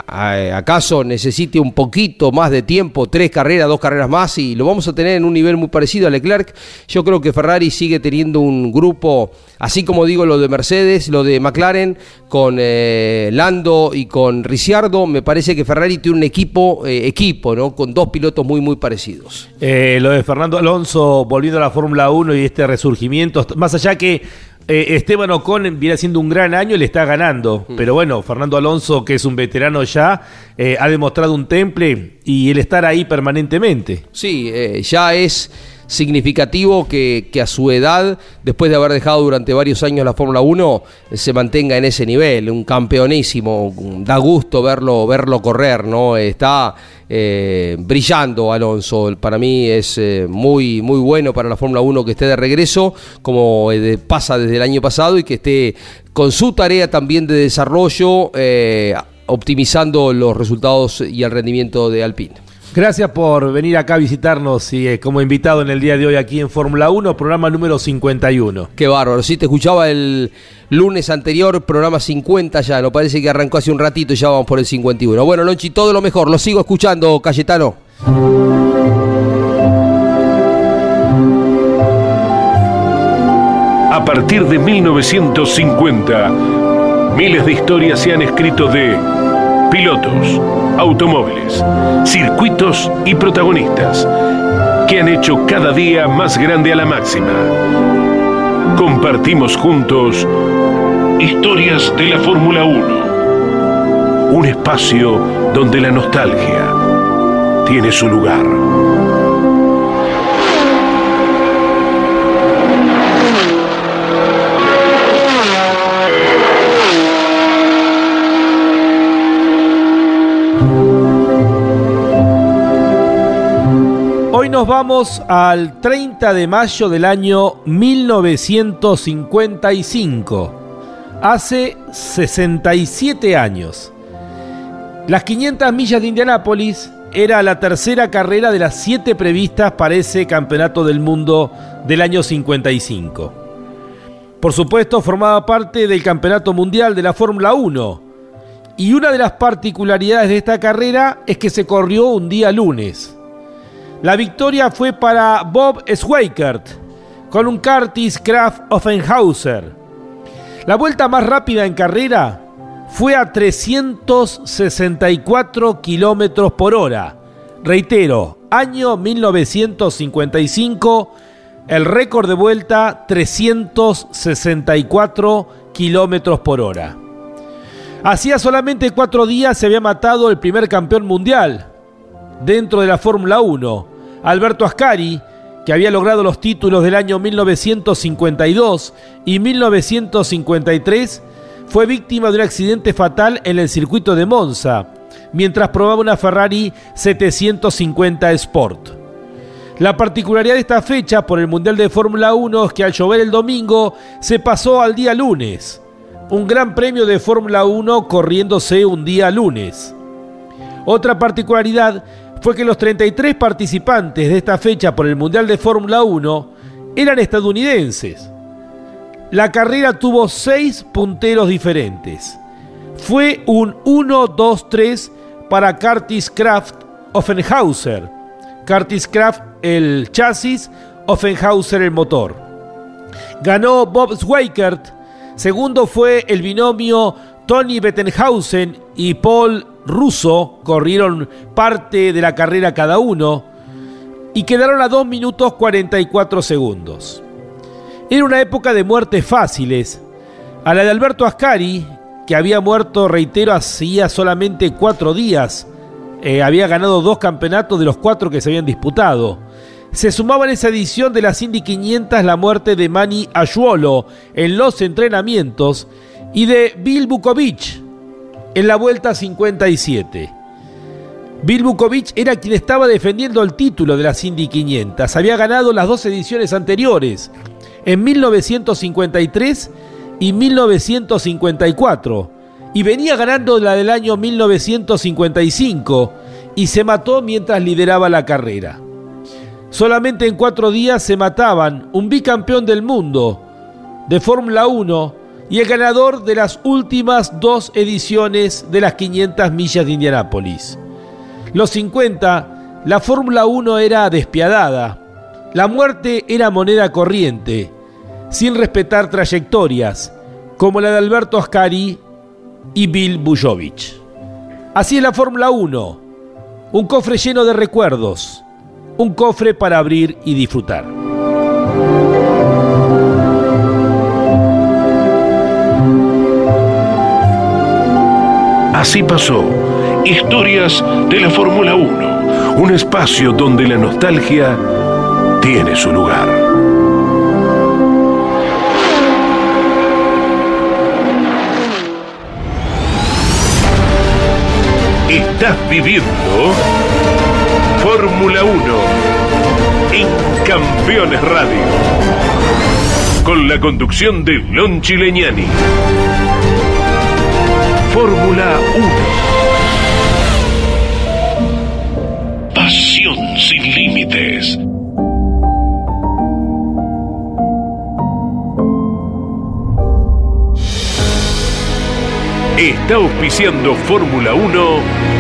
a, acaso necesite un poquito más de tiempo, tres carreras, dos carreras más, y lo vamos a tener en un nivel muy parecido a Leclerc. Yo creo que Ferrari sigue teniendo un grupo, así como digo lo de Mercedes, lo de McLaren, con eh, Lando y con Ricciardo. Me parece que Ferrari tiene un equipo, eh, equipo, ¿no? Con dos pilotos muy, muy parecidos. Eh, lo de Fernando Alonso, volviendo a la Fórmula uno y este resurgimiento, más allá que eh, Esteban Ocon viene haciendo un gran año y le está ganando, mm. pero bueno, Fernando Alonso, que es un veterano ya, eh, ha demostrado un temple y el estar ahí permanentemente. Sí, eh, ya es significativo que, que a su edad, después de haber dejado durante varios años la Fórmula uno, se mantenga en ese nivel, un campeonísimo. Da gusto verlo, verlo correr, ¿no? Está eh, brillando Alonso. Para mí es eh, muy, muy bueno para la Fórmula uno que esté de regreso, como eh, de, pasa desde el año pasado, y que esté con su tarea también de desarrollo, eh, optimizando los resultados y el rendimiento de Alpine. Gracias por venir acá a visitarnos y eh, como invitado en el día de hoy aquí en Fórmula uno, programa número cincuenta y uno. Qué bárbaro, sí, te escuchaba el lunes anterior, programa cincuenta ya, no parece que arrancó hace un ratito y ya vamos por el cincuenta y uno. Bueno, Lonchi, todo lo mejor, lo sigo escuchando, Cayetano. A partir de mil novecientos cincuenta, miles de historias se han escrito de pilotos, automóviles, circuitos y protagonistas que han hecho cada día más grande a la máxima. Compartimos juntos historias de la Fórmula uno, un espacio donde la nostalgia tiene su lugar. Hoy nos vamos al treinta de mayo del año mil novecientos cincuenta y cinco, hace sesenta y siete años. Las quinientas millas de Indianápolis era la tercera carrera de las siete previstas para ese campeonato del mundo del año cincuenta y cinco. Por supuesto, formaba parte del campeonato mundial de la Fórmula uno, y una de las particularidades de esta carrera es que se corrió un día lunes. La victoria fue para Bob Schweikert con un Curtis Kraft Offenhauser. La vuelta más rápida en carrera fue a trescientos sesenta y cuatro kilómetros por hora. Reitero, año mil novecientos cincuenta y cinco, el récord de vuelta trescientos sesenta y cuatro kilómetros por hora. Hacía solamente cuatro días se había matado el primer campeón mundial dentro de la Fórmula uno, Alberto Ascari, que había logrado los títulos del año mil novecientos cincuenta y dos y mil novecientos cincuenta y tres, fue víctima de un accidente fatal en el circuito de Monza, mientras probaba una Ferrari setecientos cincuenta Sport. La particularidad de esta fecha por el Mundial de Fórmula uno es que al llover el domingo se pasó al día lunes, un gran premio de Fórmula uno corriéndose un día lunes. Otra particularidad fue que los treinta y tres participantes de esta fecha por el Mundial de Fórmula uno eran estadounidenses. La carrera tuvo seis punteros diferentes. Fue un uno dos tres para Curtis Kraft Offenhauser. Curtis Kraft el chasis, Offenhauser el motor. Ganó Bob Schweikert. Segundo fue el binomio Tony Bettenhausen y Paul Russo, corrieron parte de la carrera cada uno y quedaron a dos minutos cuarenta y cuatro segundos. Era una época de muertes fáciles, a la de Alberto Ascari, que había muerto, reitero, hacía solamente cuatro días. Eh, había ganado dos campeonatos de los cuatro que se habían disputado. Se sumaba en esa edición de las Indy quinientas la muerte de Manny Ayuolo en los entrenamientos y de Bill Vukovich en la vuelta cincuenta y siete. Bill Vukovich era quien estaba defendiendo el título de las Indy quinientas. Había ganado las dos ediciones anteriores, en mil novecientos cincuenta y tres y mil novecientos cincuenta y cuatro, y venía ganando la del año mil novecientos cincuenta y cinco y se mató mientras lideraba la carrera. Solamente en cuatro días se mataban un bicampeón del mundo de Fórmula uno y el ganador de las últimas dos ediciones de las quinientas millas de Indianápolis. Los cincuenta, la Fórmula uno era despiadada. La muerte era moneda corriente, sin respetar trayectorias, como la de Alberto Ascari y Bill Vukovich. Así es la Fórmula uno, un cofre lleno de recuerdos, un cofre para abrir y disfrutar. Así pasó. Historias de la Fórmula uno. Un espacio donde la nostalgia tiene su lugar. Estás viviendo Fórmula uno en Campeones Radio, con la conducción de Lonchi Leñani. Fórmula uno. Pasión sin límites. Está auspiciando Fórmula uno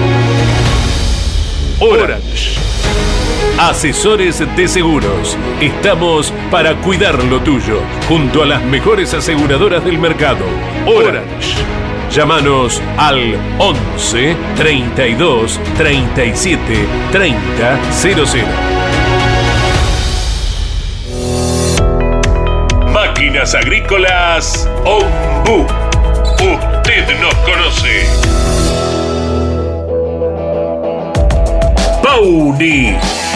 Orange. Asesores de seguros. Estamos para cuidar lo tuyo, junto a las mejores aseguradoras del mercado. Orange. Llámanos al once, treinta y dos, treinta y siete, treinta, cero cero. Máquinas Agrícolas Ombú. Usted nos conoce. Pauni.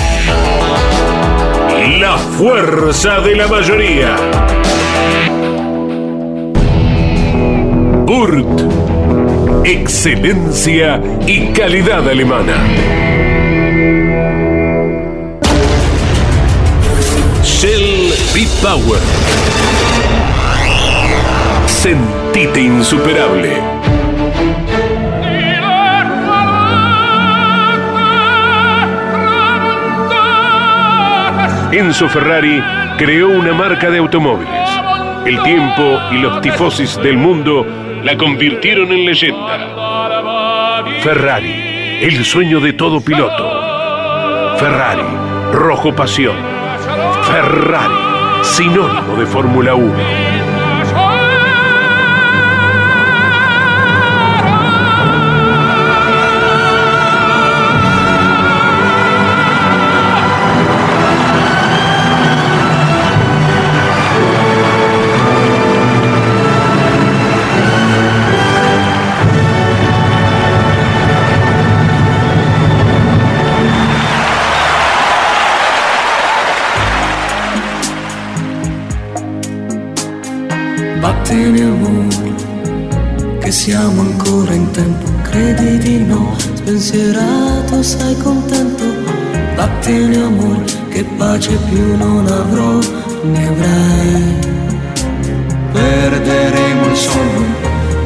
La fuerza de la mayoría. Burt. Excelencia y calidad alemana. Shell V-Power. Sentite insuperable. Enzo Ferrari creó una marca de automóviles. El tiempo y los tifosis del mundo la convirtieron en leyenda. Ferrari, el sueño de todo piloto. Ferrari, rojo pasión. Ferrari, sinónimo de Fórmula uno. Vattene amore, che siamo ancora in tempo, credi di no, spensierato, sai contento. Vattene amore, che pace più non avrò, ne avrai, perderemo il sonno.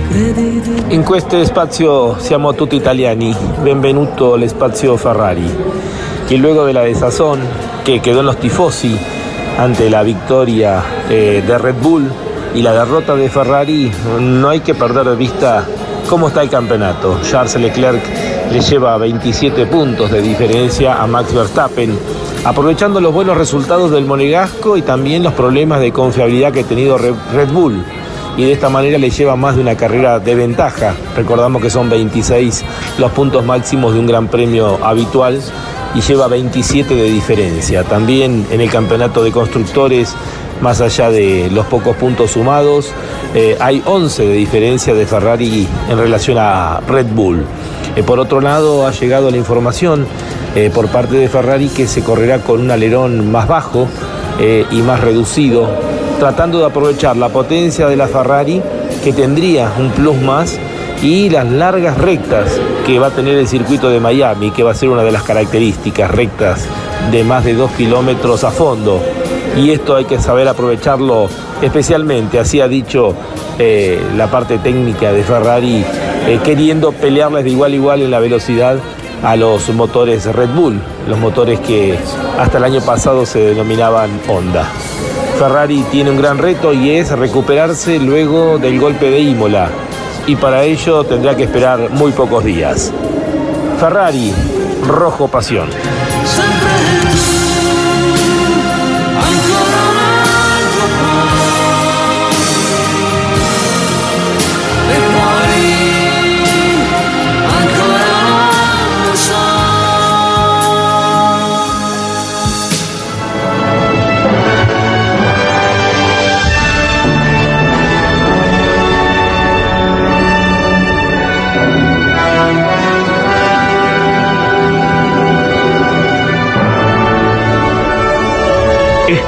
In questo spazio siamo tutti italiani, benvenuto al spazio Ferrari, que luego de la desazón que quedó en los tifosi ante la victoria eh, de Red Bull y la derrota de Ferrari, no hay que perder de vista cómo está el campeonato. Charles Leclerc le lleva veintisiete puntos de diferencia a Max Verstappen, aprovechando los buenos resultados del monegasco y también los problemas de confiabilidad que ha tenido Red Bull, y de esta manera le lleva más de una carrera de ventaja. Recordamos que son veintiséis los puntos máximos de un gran premio habitual y lleva veintisiete de diferencia. También en el campeonato de constructores, más allá de los pocos puntos sumados, eh, hay once de diferencia de Ferrari en relación a Red Bull. Eh, por otro lado, ha llegado la información eh, por parte de Ferrari que se correrá con un alerón más bajo eh, y más reducido, tratando de aprovechar la potencia de la Ferrari, que tendría un plus más, y las largas rectas que va a tener el circuito de Miami, que va a ser una de las características, rectas de más de dos kilómetros a fondo. Y esto hay que saber aprovecharlo especialmente, así ha dicho eh, la parte técnica de Ferrari, eh, queriendo pelearles de igual a igual en la velocidad a los motores Red Bull, los motores que hasta el año pasado se denominaban Honda. Ferrari tiene un gran reto y es recuperarse luego del golpe de Imola, y para ello tendrá que esperar muy pocos días. Ferrari, rojo pasión.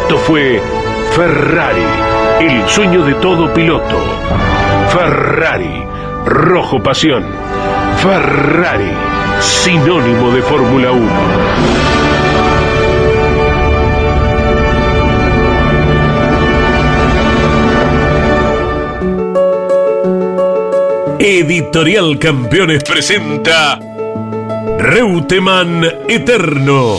Esto fue Ferrari, el sueño de todo piloto. Ferrari, rojo pasión. Ferrari, sinónimo de Fórmula uno. Editorial Campeones presenta Reutemann Eterno.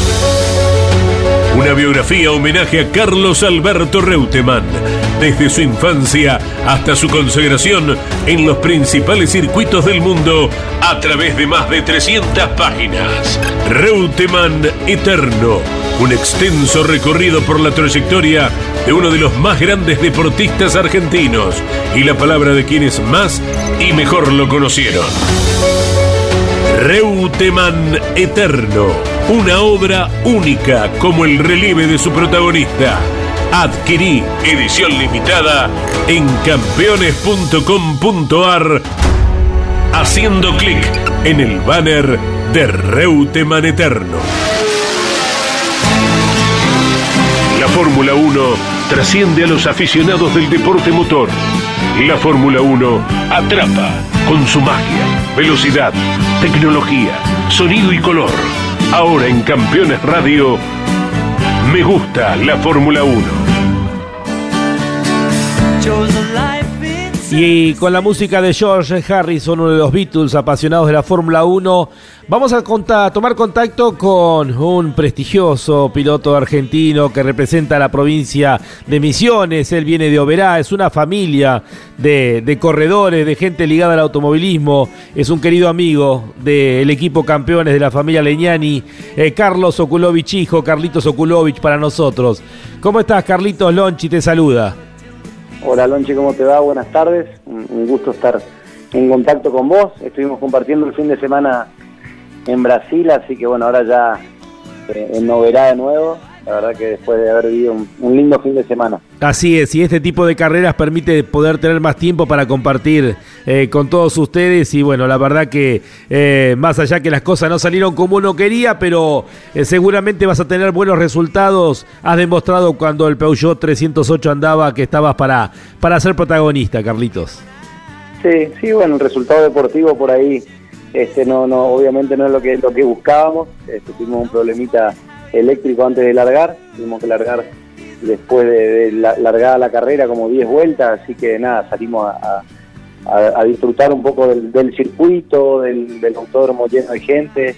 Una biografía homenaje a Carlos Alberto Reutemann, desde su infancia hasta su consagración en los principales circuitos del mundo a través de más de trescientas páginas. Reutemann Eterno, un extenso recorrido por la trayectoria de uno de los más grandes deportistas argentinos y la palabra de quienes más y mejor lo conocieron. Reutemann Eterno, una obra única como el relieve de su protagonista. Adquirí edición limitada en campeones punto com punto ar haciendo clic en el banner de Reutemann Eterno. La Fórmula uno trasciende a los aficionados del deporte motor. La Fórmula uno atrapa con su magia, velocidad, tecnología, sonido y color. Ahora en Campeones Radio, me gusta la Fórmula uno. Y con la música de George Harrison, uno de los Beatles apasionados de la Fórmula uno, vamos a, contar, a tomar contacto con un prestigioso piloto argentino que representa a la provincia de Misiones. Él viene de Oberá, es una familia de, de corredores, de gente ligada al automovilismo. Es un querido amigo del equipo Campeones de la familia Legnani, eh, Carlos Okulovich, hijo, Carlitos Okulovich para nosotros. ¿Cómo estás, Carlitos? Lonchi te saluda. Hola Lonchi, ¿cómo te va? Buenas tardes, un gusto estar en contacto con vos. Estuvimos compartiendo el fin de semana en Brasil, así que bueno, ahora ya eh, en Oberá de nuevo. La verdad que después de haber vivido un, un lindo fin de semana. Así es, y este tipo de carreras permite poder tener más tiempo para compartir eh, con todos ustedes. Y bueno, la verdad que eh, más allá que las cosas no salieron como uno quería, pero eh, seguramente vas a tener buenos resultados. Has demostrado cuando el Peugeot trescientos ocho andaba que estabas para, para ser protagonista, Carlitos. Sí, sí, bueno, el resultado deportivo por ahí este no no obviamente no es lo que, lo que buscábamos. Este, tuvimos un problemita eléctrico antes de largar, tuvimos que largar después de, de la, largada la carrera como diez vueltas, así que nada, salimos a, a, a disfrutar un poco del, del circuito, del, del autódromo lleno de gente.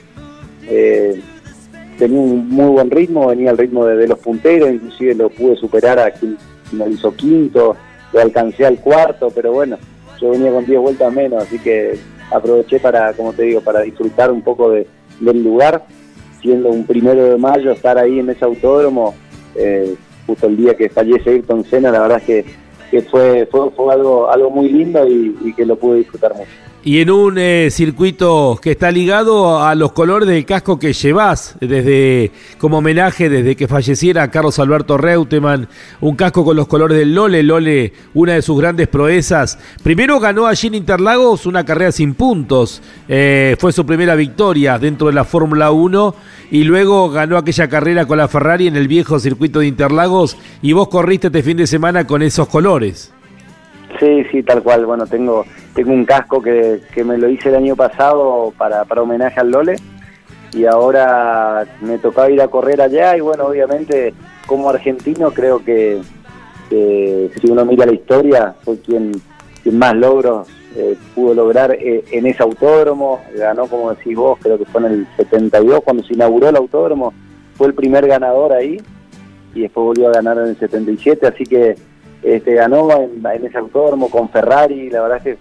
Eh, tenía un muy buen ritmo, venía al ritmo de, de los punteros, inclusive lo pude superar a quien finalizó quinto, lo alcancé al cuarto, pero bueno, yo venía con diez vueltas menos, así que aproveché para, como te digo, para disfrutar un poco de, del lugar. Siendo un primero de mayo, estar ahí en ese autódromo, eh, justo el día que fallece Ayrton Senna, la verdad es que, que fue, fue, fue algo, algo muy lindo y, y que lo pude disfrutar mucho. Y en un eh, circuito que está ligado a los colores del casco que llevás, desde como homenaje desde que falleciera Carlos Alberto Reutemann, un casco con los colores del Lole. Lole, una de sus grandes proezas. Primero ganó allí en Interlagos una carrera sin puntos, eh, fue su primera victoria dentro de la Fórmula uno, y luego ganó aquella carrera con la Ferrari en el viejo circuito de Interlagos, y vos corriste este fin de semana con esos colores. Sí, sí, tal cual. Bueno, tengo tengo un casco que, que me lo hice el año pasado para, para homenaje al Lole, y ahora me tocaba ir a correr allá, y bueno, obviamente como argentino creo que, que si uno mira la historia, fue quien, quien más logros eh, pudo lograr eh, en ese autódromo. Ganó, como decís vos, creo que fue en el setenta y dos cuando se inauguró el autódromo, fue el primer ganador ahí, y después volvió a ganar en el setenta y siete, así que Este, ganó en, en ese autódromo con Ferrari. La verdad es que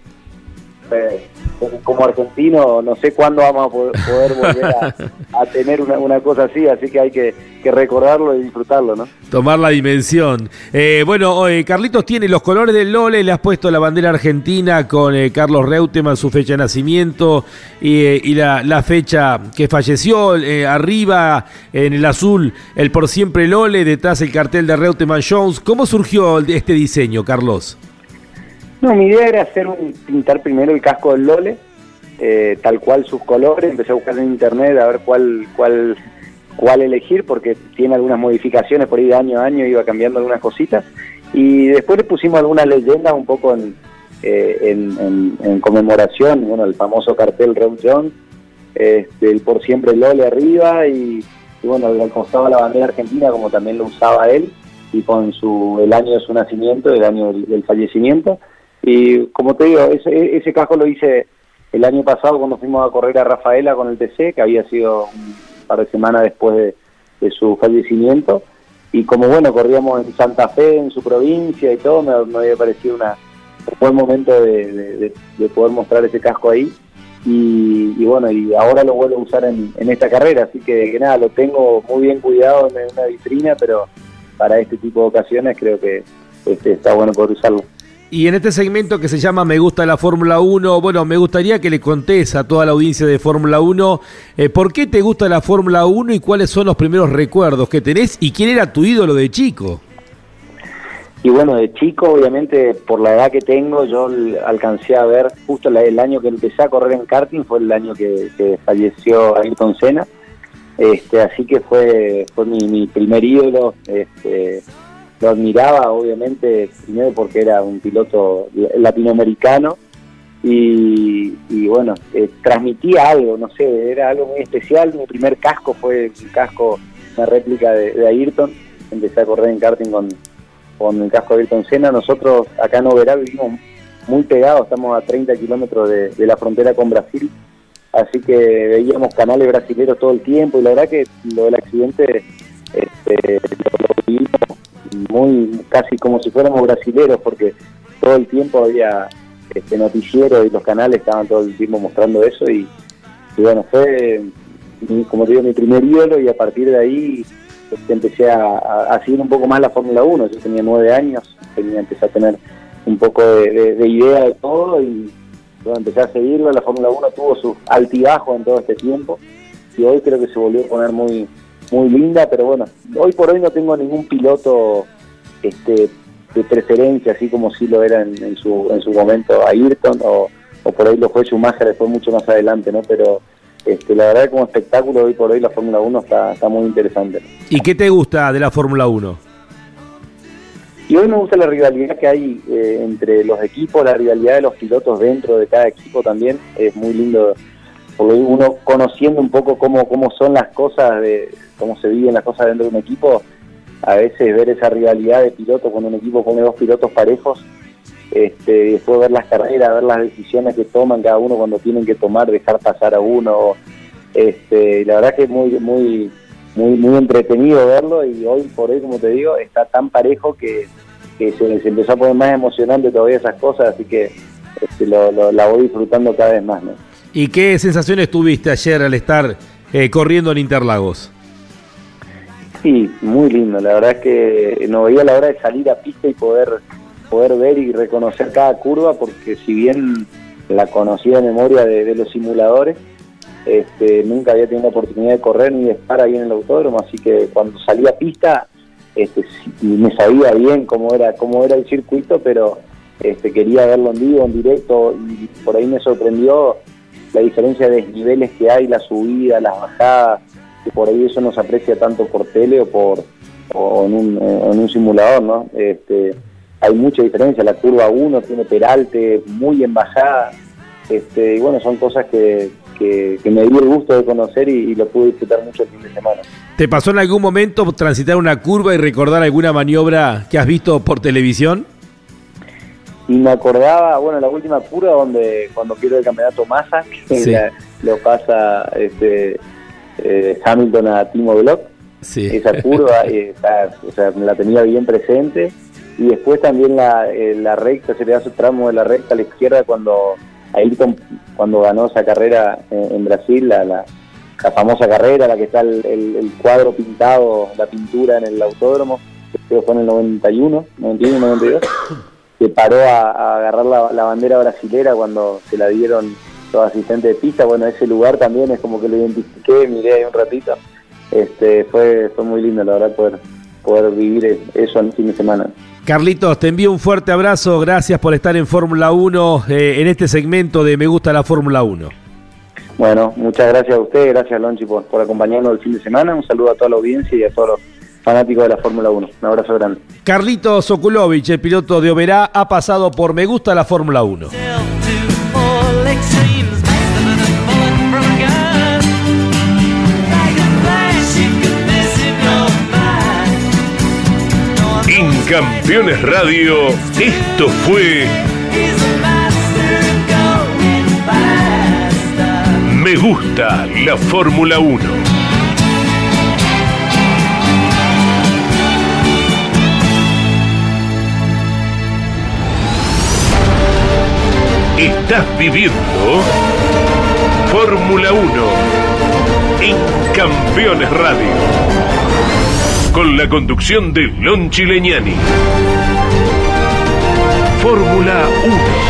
eh, como argentino no sé cuándo vamos a poder, poder volver a, a tener una, una cosa así, así que hay que, que recordarlo y disfrutarlo, ¿no? Tomar la dimensión. Eh, bueno, eh, Carlitos tiene los colores del Lole, le has puesto la bandera argentina con eh, Carlos Reutemann, su fecha de nacimiento y, eh, y la, la fecha que falleció. Eh, arriba en el azul el por siempre Lole, detrás el cartel de Reutemann Jones. ¿Cómo surgió este diseño, Carlos? No, mi idea era hacer un, pintar primero el casco del Lole, eh, tal cual sus colores. Empecé a buscar en internet a ver cuál cuál cuál elegir, porque tiene algunas modificaciones, por ahí de año a año iba cambiando algunas cositas, y después le pusimos algunas leyendas un poco en, eh, en, en, en conmemoración, bueno, el famoso cartel Rob Jones, este, el por siempre Lole arriba, y, y bueno, al costado la bandera argentina, como también lo usaba él, y con su el año de su nacimiento, el año del, del fallecimiento, y como te digo, ese, ese casco lo hice el año pasado cuando fuimos a correr a Rafaela con el T C, que había sido un par de semanas después de, de su fallecimiento, y como bueno, corríamos en Santa Fe, en su provincia y todo, me, me había parecido una, un buen momento de, de, de poder mostrar ese casco ahí, y, y bueno, y ahora lo vuelvo a usar en, en esta carrera, así que, que nada, lo tengo muy bien cuidado en una vitrina, pero para este tipo de ocasiones creo que este, está bueno poder usarlo. Y en este segmento que se llama Me gusta la Fórmula uno, bueno, me gustaría que le contés a toda la audiencia de Fórmula uno eh, por qué te gusta la Fórmula uno y cuáles son los primeros recuerdos que tenés y quién era tu ídolo de chico. Y bueno, de chico, obviamente, por la edad que tengo, yo alcancé a ver, justo el año que empecé a correr en karting fue el año que, que falleció Ayrton Senna, este, así que fue, fue mi, mi primer ídolo. Este, lo admiraba, obviamente, primero porque era un piloto latinoamericano y, y bueno, eh, transmitía algo, no sé, era algo muy especial. Mi primer casco fue un casco, una réplica de, de Ayrton. Empecé a correr en karting con, con el casco de Ayrton Senna. Nosotros acá en Oberá vivimos muy pegados, estamos a treinta kilómetros de, de la frontera con Brasil, así que veíamos canales brasileños todo el tiempo, y la verdad que lo del accidente este, lo, lo vivimos muy casi como si fuéramos brasileros, porque todo el tiempo había este noticiero y los canales estaban todo el tiempo mostrando eso, y, y bueno, fue mi, como te digo, mi primer ídolo, y a partir de ahí este, empecé a, a, a seguir un poco más la Fórmula uno. Yo tenía nueve años, tenía, empecé a tener un poco de, de, de idea de todo, y bueno, empecé a seguirlo. La Fórmula uno tuvo sus altibajos en todo este tiempo, y hoy creo que se volvió a poner muy muy linda, pero bueno, hoy por hoy no tengo ningún piloto este de preferencia, así como sí lo era en, en su en su momento Ayrton, o, o por ahí lo fue Schumacher después mucho más adelante, ¿no? Pero este, la verdad que como espectáculo hoy por hoy la Fórmula uno está, está muy interesante. ¿Y qué te gusta de la Fórmula uno? Y hoy me gusta la rivalidad que hay eh, entre los equipos, la rivalidad de los pilotos dentro de cada equipo también, es muy lindo, porque uno conociendo un poco cómo, cómo son las cosas, de cómo se viven las cosas dentro de un equipo, a veces ver esa rivalidad de pilotos, cuando un equipo pone dos pilotos parejos, este, y después ver las carreras, ver las decisiones que toman cada uno cuando tienen que tomar, dejar pasar a uno, este, y la verdad que es muy, muy, muy, muy entretenido verlo, y hoy por hoy, como te digo, está tan parejo que, que se, se empezó a poner más emocionante todavía esas cosas, así que este, lo, lo, la voy disfrutando cada vez más, ¿no? ¿Y qué sensaciones tuviste ayer al estar eh, corriendo en Interlagos? Sí, muy lindo, la verdad es que no veía la hora de salir a pista y poder poder ver y reconocer cada curva, porque si bien la conocía de memoria de, de los simuladores, este, nunca había tenido la oportunidad de correr ni de estar ahí en el autódromo, así que cuando salí a pista este, sí, me sabía bien cómo era cómo era el circuito, pero este, quería verlo en vivo, en directo, y por ahí me sorprendió la diferencia de desniveles que hay, la subida, las bajadas, que por ahí eso no se aprecia tanto por tele o por o en, un, en un simulador, ¿no? Este, hay mucha diferencia, la curva uno tiene peralte muy en bajada, este, y bueno, son cosas que, que, que me di el gusto de conocer y, y lo pude disfrutar mucho el fin de semana. ¿Te pasó en algún momento transitar una curva y recordar alguna maniobra que has visto por televisión? Y me acordaba, bueno, la última curva donde cuando pierde el campeonato Massa, que sí. la, lo pasa este, eh, Hamilton a Timo Glock, sí. Esa curva, eh, está, o sea, la tenía bien presente, y después también la, eh, la recta, se le da su tramo de la recta a la izquierda cuando Ayrton, cuando ganó esa carrera en, en Brasil, la, la, la famosa carrera, la que está el, el, el cuadro pintado, la pintura en el autódromo, creo que fue en el noventa y uno, noventa y uno, noventa y dos. Que paró a, a agarrar la, la bandera brasilera cuando se la dieron los asistentes de pista. Bueno, ese lugar también es como que lo identifiqué, miré ahí un ratito. Este, fue, fue muy lindo, la verdad, poder, poder vivir eso en el fin de semana. Carlitos, te envío un fuerte abrazo, gracias por estar en Fórmula uno, eh, en este segmento de Me Gusta la Fórmula uno. Bueno, muchas gracias a usted, gracias Lonchi por, por acompañarnos el fin de semana. Un saludo a toda la audiencia y a todos los fanáticos de la Fórmula uno. Un abrazo grande. Carlitos Sokulovic, el piloto de Oberá, ha pasado por Me Gusta la Fórmula uno. En Campeones Radio, esto fue Me Gusta la Fórmula uno. Estás viviendo Fórmula uno en Campeones Radio, con la conducción de Lonchi Leñani. Fórmula uno.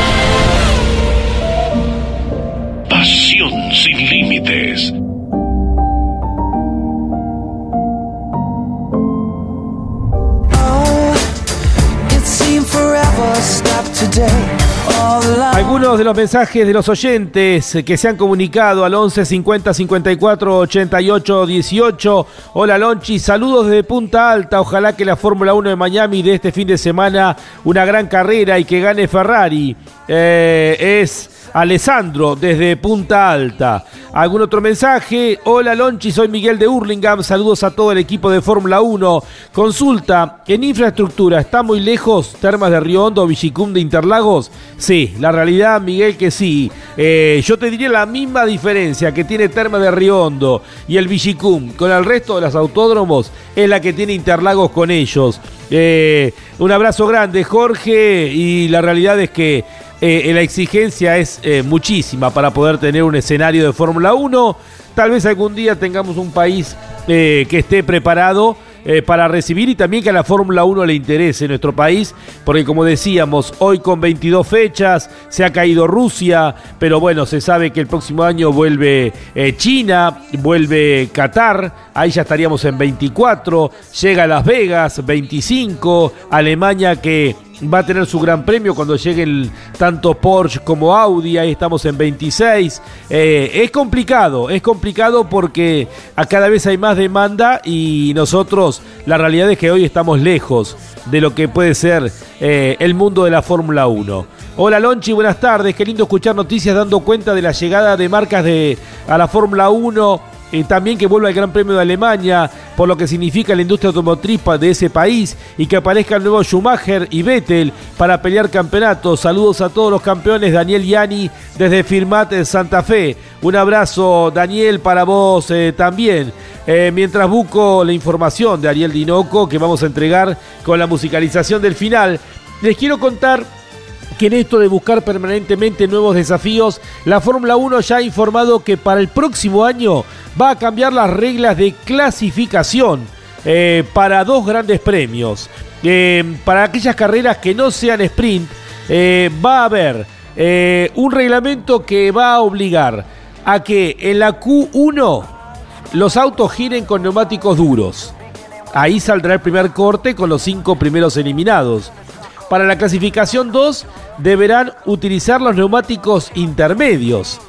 Pasión sin límites. Oh, it seemed forever stopped today. Algunos de los mensajes de los oyentes que se han comunicado al once cincuenta cincuenta y cuatro ochenta y ocho dieciocho. Hola Lonchi, saludos desde Punta Alta. Ojalá que la Fórmula uno de Miami de este fin de semana una gran carrera y que gane Ferrari. Eh, es Alessandro desde Punta Alta. ¿Algún otro mensaje? Hola Lonchi, soy Miguel de Hurlingham. Saludos a todo el equipo de Fórmula uno. Consulta, ¿en infraestructura está muy lejos Termas de Río Hondo o Villicum de Interlagos? Sí, la realidad, Miguel, que sí. Eh, yo te diría la misma diferencia que tiene Termas de Río Hondo y el Villicum con el resto de los autódromos es la que tiene Interlagos con ellos. Eh, un abrazo grande, Jorge, y la realidad es que Eh, la exigencia es eh, muchísima para poder tener un escenario de Fórmula uno. Tal vez algún día tengamos un país eh, que esté preparado eh, para recibir y también que a la Fórmula uno le interese nuestro país, porque como decíamos, hoy con veintidós fechas, se ha caído Rusia, pero bueno, se sabe que el próximo año vuelve eh, China, vuelve Qatar, ahí ya estaríamos en veinticuatro, llega Las Vegas, veinticinco, Alemania que va a tener su gran premio cuando lleguen tanto Porsche como Audi, ahí estamos en veintiséis. Eh, es complicado, es complicado porque a cada vez hay más demanda y nosotros, la realidad es que hoy estamos lejos de lo que puede ser eh, el mundo de la Fórmula uno. Hola Lonchi, buenas tardes, qué lindo escuchar noticias dando cuenta de la llegada de marcas de, a la Fórmula uno. Eh, también que vuelva el Gran Premio de Alemania, por lo que significa la industria automotriz de ese país, y que aparezca el nuevo Schumacher y Vettel para pelear campeonatos. Saludos a todos los campeones. Daniel Yani desde Firmat en Santa Fe. Un abrazo, Daniel, para vos eh, también. Eh, mientras busco la información de Ariel Dinoco que vamos a entregar con la musicalización del final, les quiero contar que en esto de buscar permanentemente nuevos desafíos, la Fórmula uno ya ha informado que para el próximo año va a cambiar las reglas de clasificación eh, para dos grandes premios. Eh, para aquellas carreras que no sean sprint, eh, va a haber eh, un reglamento que va a obligar a que en la Q uno los autos giren con neumáticos duros. Ahí saldrá el primer corte con los cinco primeros eliminados. Para la clasificación dos deberán utilizar los neumáticos intermedios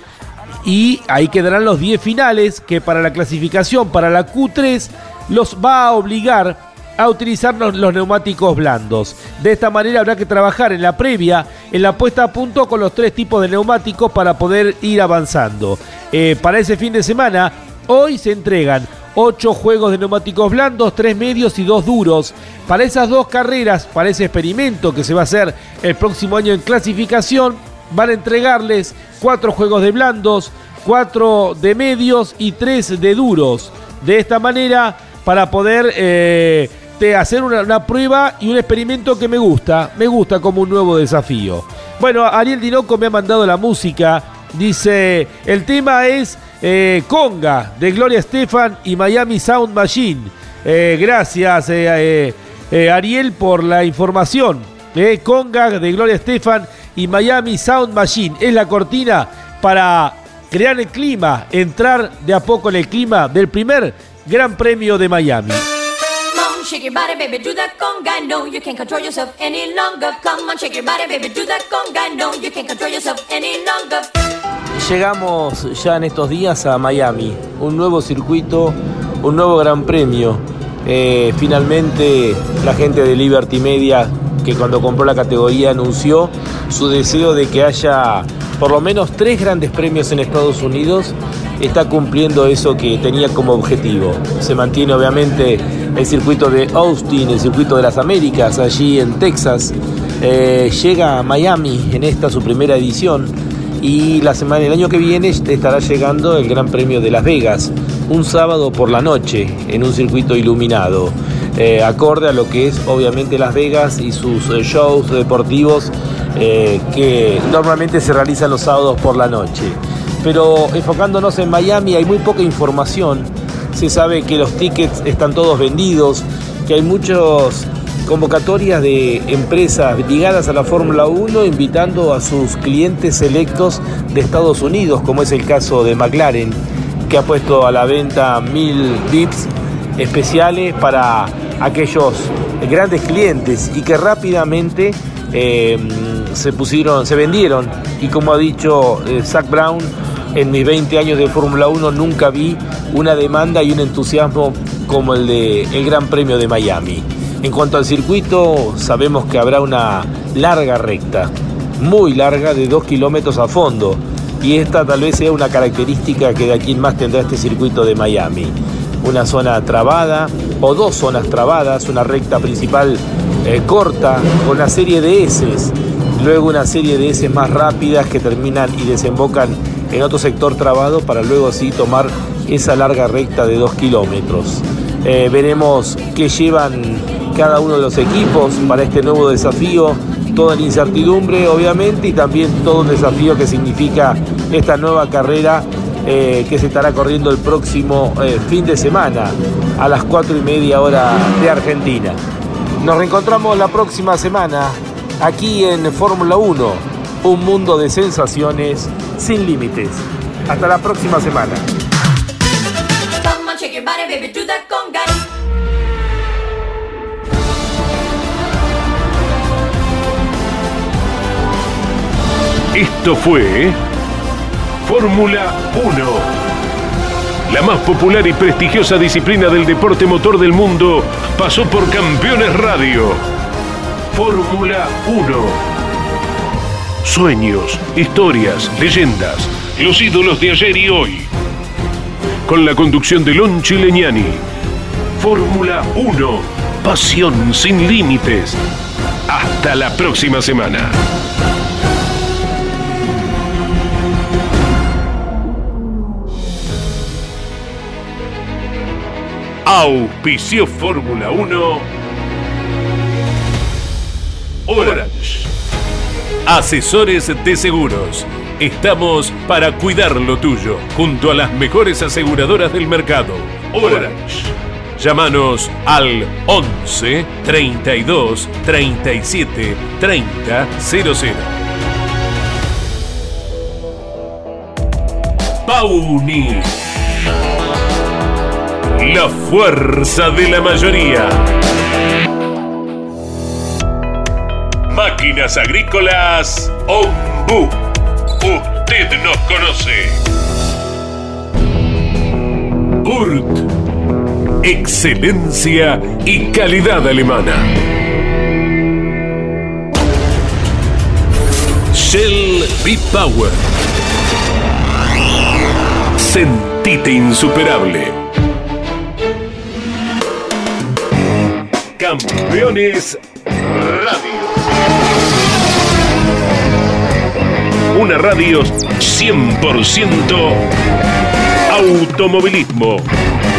y ahí quedarán los diez finales, que para la clasificación para la Q tres los va a obligar a utilizar los, los neumáticos blandos. De esta manera habrá que trabajar en la previa, en la puesta a punto con los tres tipos de neumáticos para poder ir avanzando. Eh, para ese fin de semana, hoy se entregan ocho juegos de neumáticos blandos, tres medios y dos duros. Para esas dos carreras, para ese experimento que se va a hacer el próximo año en clasificación, van a entregarles cuatro juegos de blandos, cuatro de medios y tres de duros. De esta manera, para poder eh, de hacer una, una prueba y un experimento que me gusta, me gusta como un nuevo desafío. Bueno, Ariel Dinoco me ha mandado la música. Dice, el tema es eh, Conga, de Gloria Estefan y Miami Sound Machine. Eh, gracias, eh, eh, eh, Ariel, por la información. Eh, Conga, de Gloria Estefan y Miami Sound Machine. Es la cortina para crear el clima, entrar de a poco en el clima del primer Gran Premio de Miami. Shake your body, baby, do that conga. No, you can't control yourself any longer. Come on, shake your body, baby, do that conga. No, you can't control yourself any longer. llegamos ya en estos días a Miami, un nuevo circuito, un nuevo gran premio. Eh, finalmente la gente de Liberty Media, que cuando compró la categoría anunció su deseo de que haya por lo menos tres grandes premios en Estados Unidos, está cumpliendo eso que tenía como objetivo. Se mantiene obviamente el circuito de Austin, el circuito de las Américas, allí en Texas. Eh, llega a Miami en esta su primera edición y la semana, el año que viene estará llegando el Gran Premio de Las Vegas, un sábado por la noche en un circuito iluminado, eh, acorde a lo que es obviamente Las Vegas y sus eh, shows deportivos eh, que normalmente se realizan los sábados por la noche. Pero enfocándonos en Miami, hay muy poca información. Se sabe que los tickets están todos vendidos, que hay muchas convocatorias de empresas ligadas a la Fórmula uno invitando a sus clientes selectos de Estados Unidos, como es el caso de McLaren, que ha puesto a la venta mil V I Ps especiales para aquellos grandes clientes y que rápidamente eh, se pusieron, se vendieron. Y como ha dicho eh, Zak Brown, en mis veinte años de Fórmula uno nunca vi una demanda y un entusiasmo como el de el Gran Premio de Miami. En cuanto al circuito, sabemos que habrá una larga recta, muy larga, de dos kilómetros a fondo, y esta tal vez sea una característica que de aquí en más tendrá este circuito de Miami. Una zona trabada, o dos zonas trabadas, una recta principal eh, corta, con una serie de eses, luego una serie de eses más rápidas que terminan y desembocan en otro sector trabado para luego sí tomar esa larga recta de dos kilómetros. Eh, veremos qué llevan cada uno de los equipos para este nuevo desafío, toda la incertidumbre obviamente y también todo un desafío que significa esta nueva carrera eh, que se estará corriendo el próximo eh, fin de semana a las cuatro y media hora de Argentina. Nos reencontramos la próxima semana aquí en Fórmula uno, un mundo de sensaciones sin límites. Hasta la próxima semana. Come on, shake your body, baby, do that conga. Esto fue Fórmula uno, la más popular y prestigiosa disciplina del deporte motor del mundo, pasó por Campeones Radio. Fórmula uno. Sueños, historias, leyendas, los ídolos de ayer y hoy. Con la conducción de Lon Chileñani. Fórmula uno, pasión sin límites. Hasta la próxima semana. Auspició Fórmula uno Orange. Asesores de seguros. Estamos para cuidar lo tuyo, junto a las mejores aseguradoras del mercado. Orange. Llámanos al once, treinta y dos, treinta y siete, treinta, cero cero. Pauni. La fuerza de la mayoría. Máquinas Agrícolas Ombú. Usted nos conoce. Urt. Excelencia y calidad alemana. Shell V-Power. Sentite insuperable. Campeones Radio. Una radio cien por ciento automovilismo.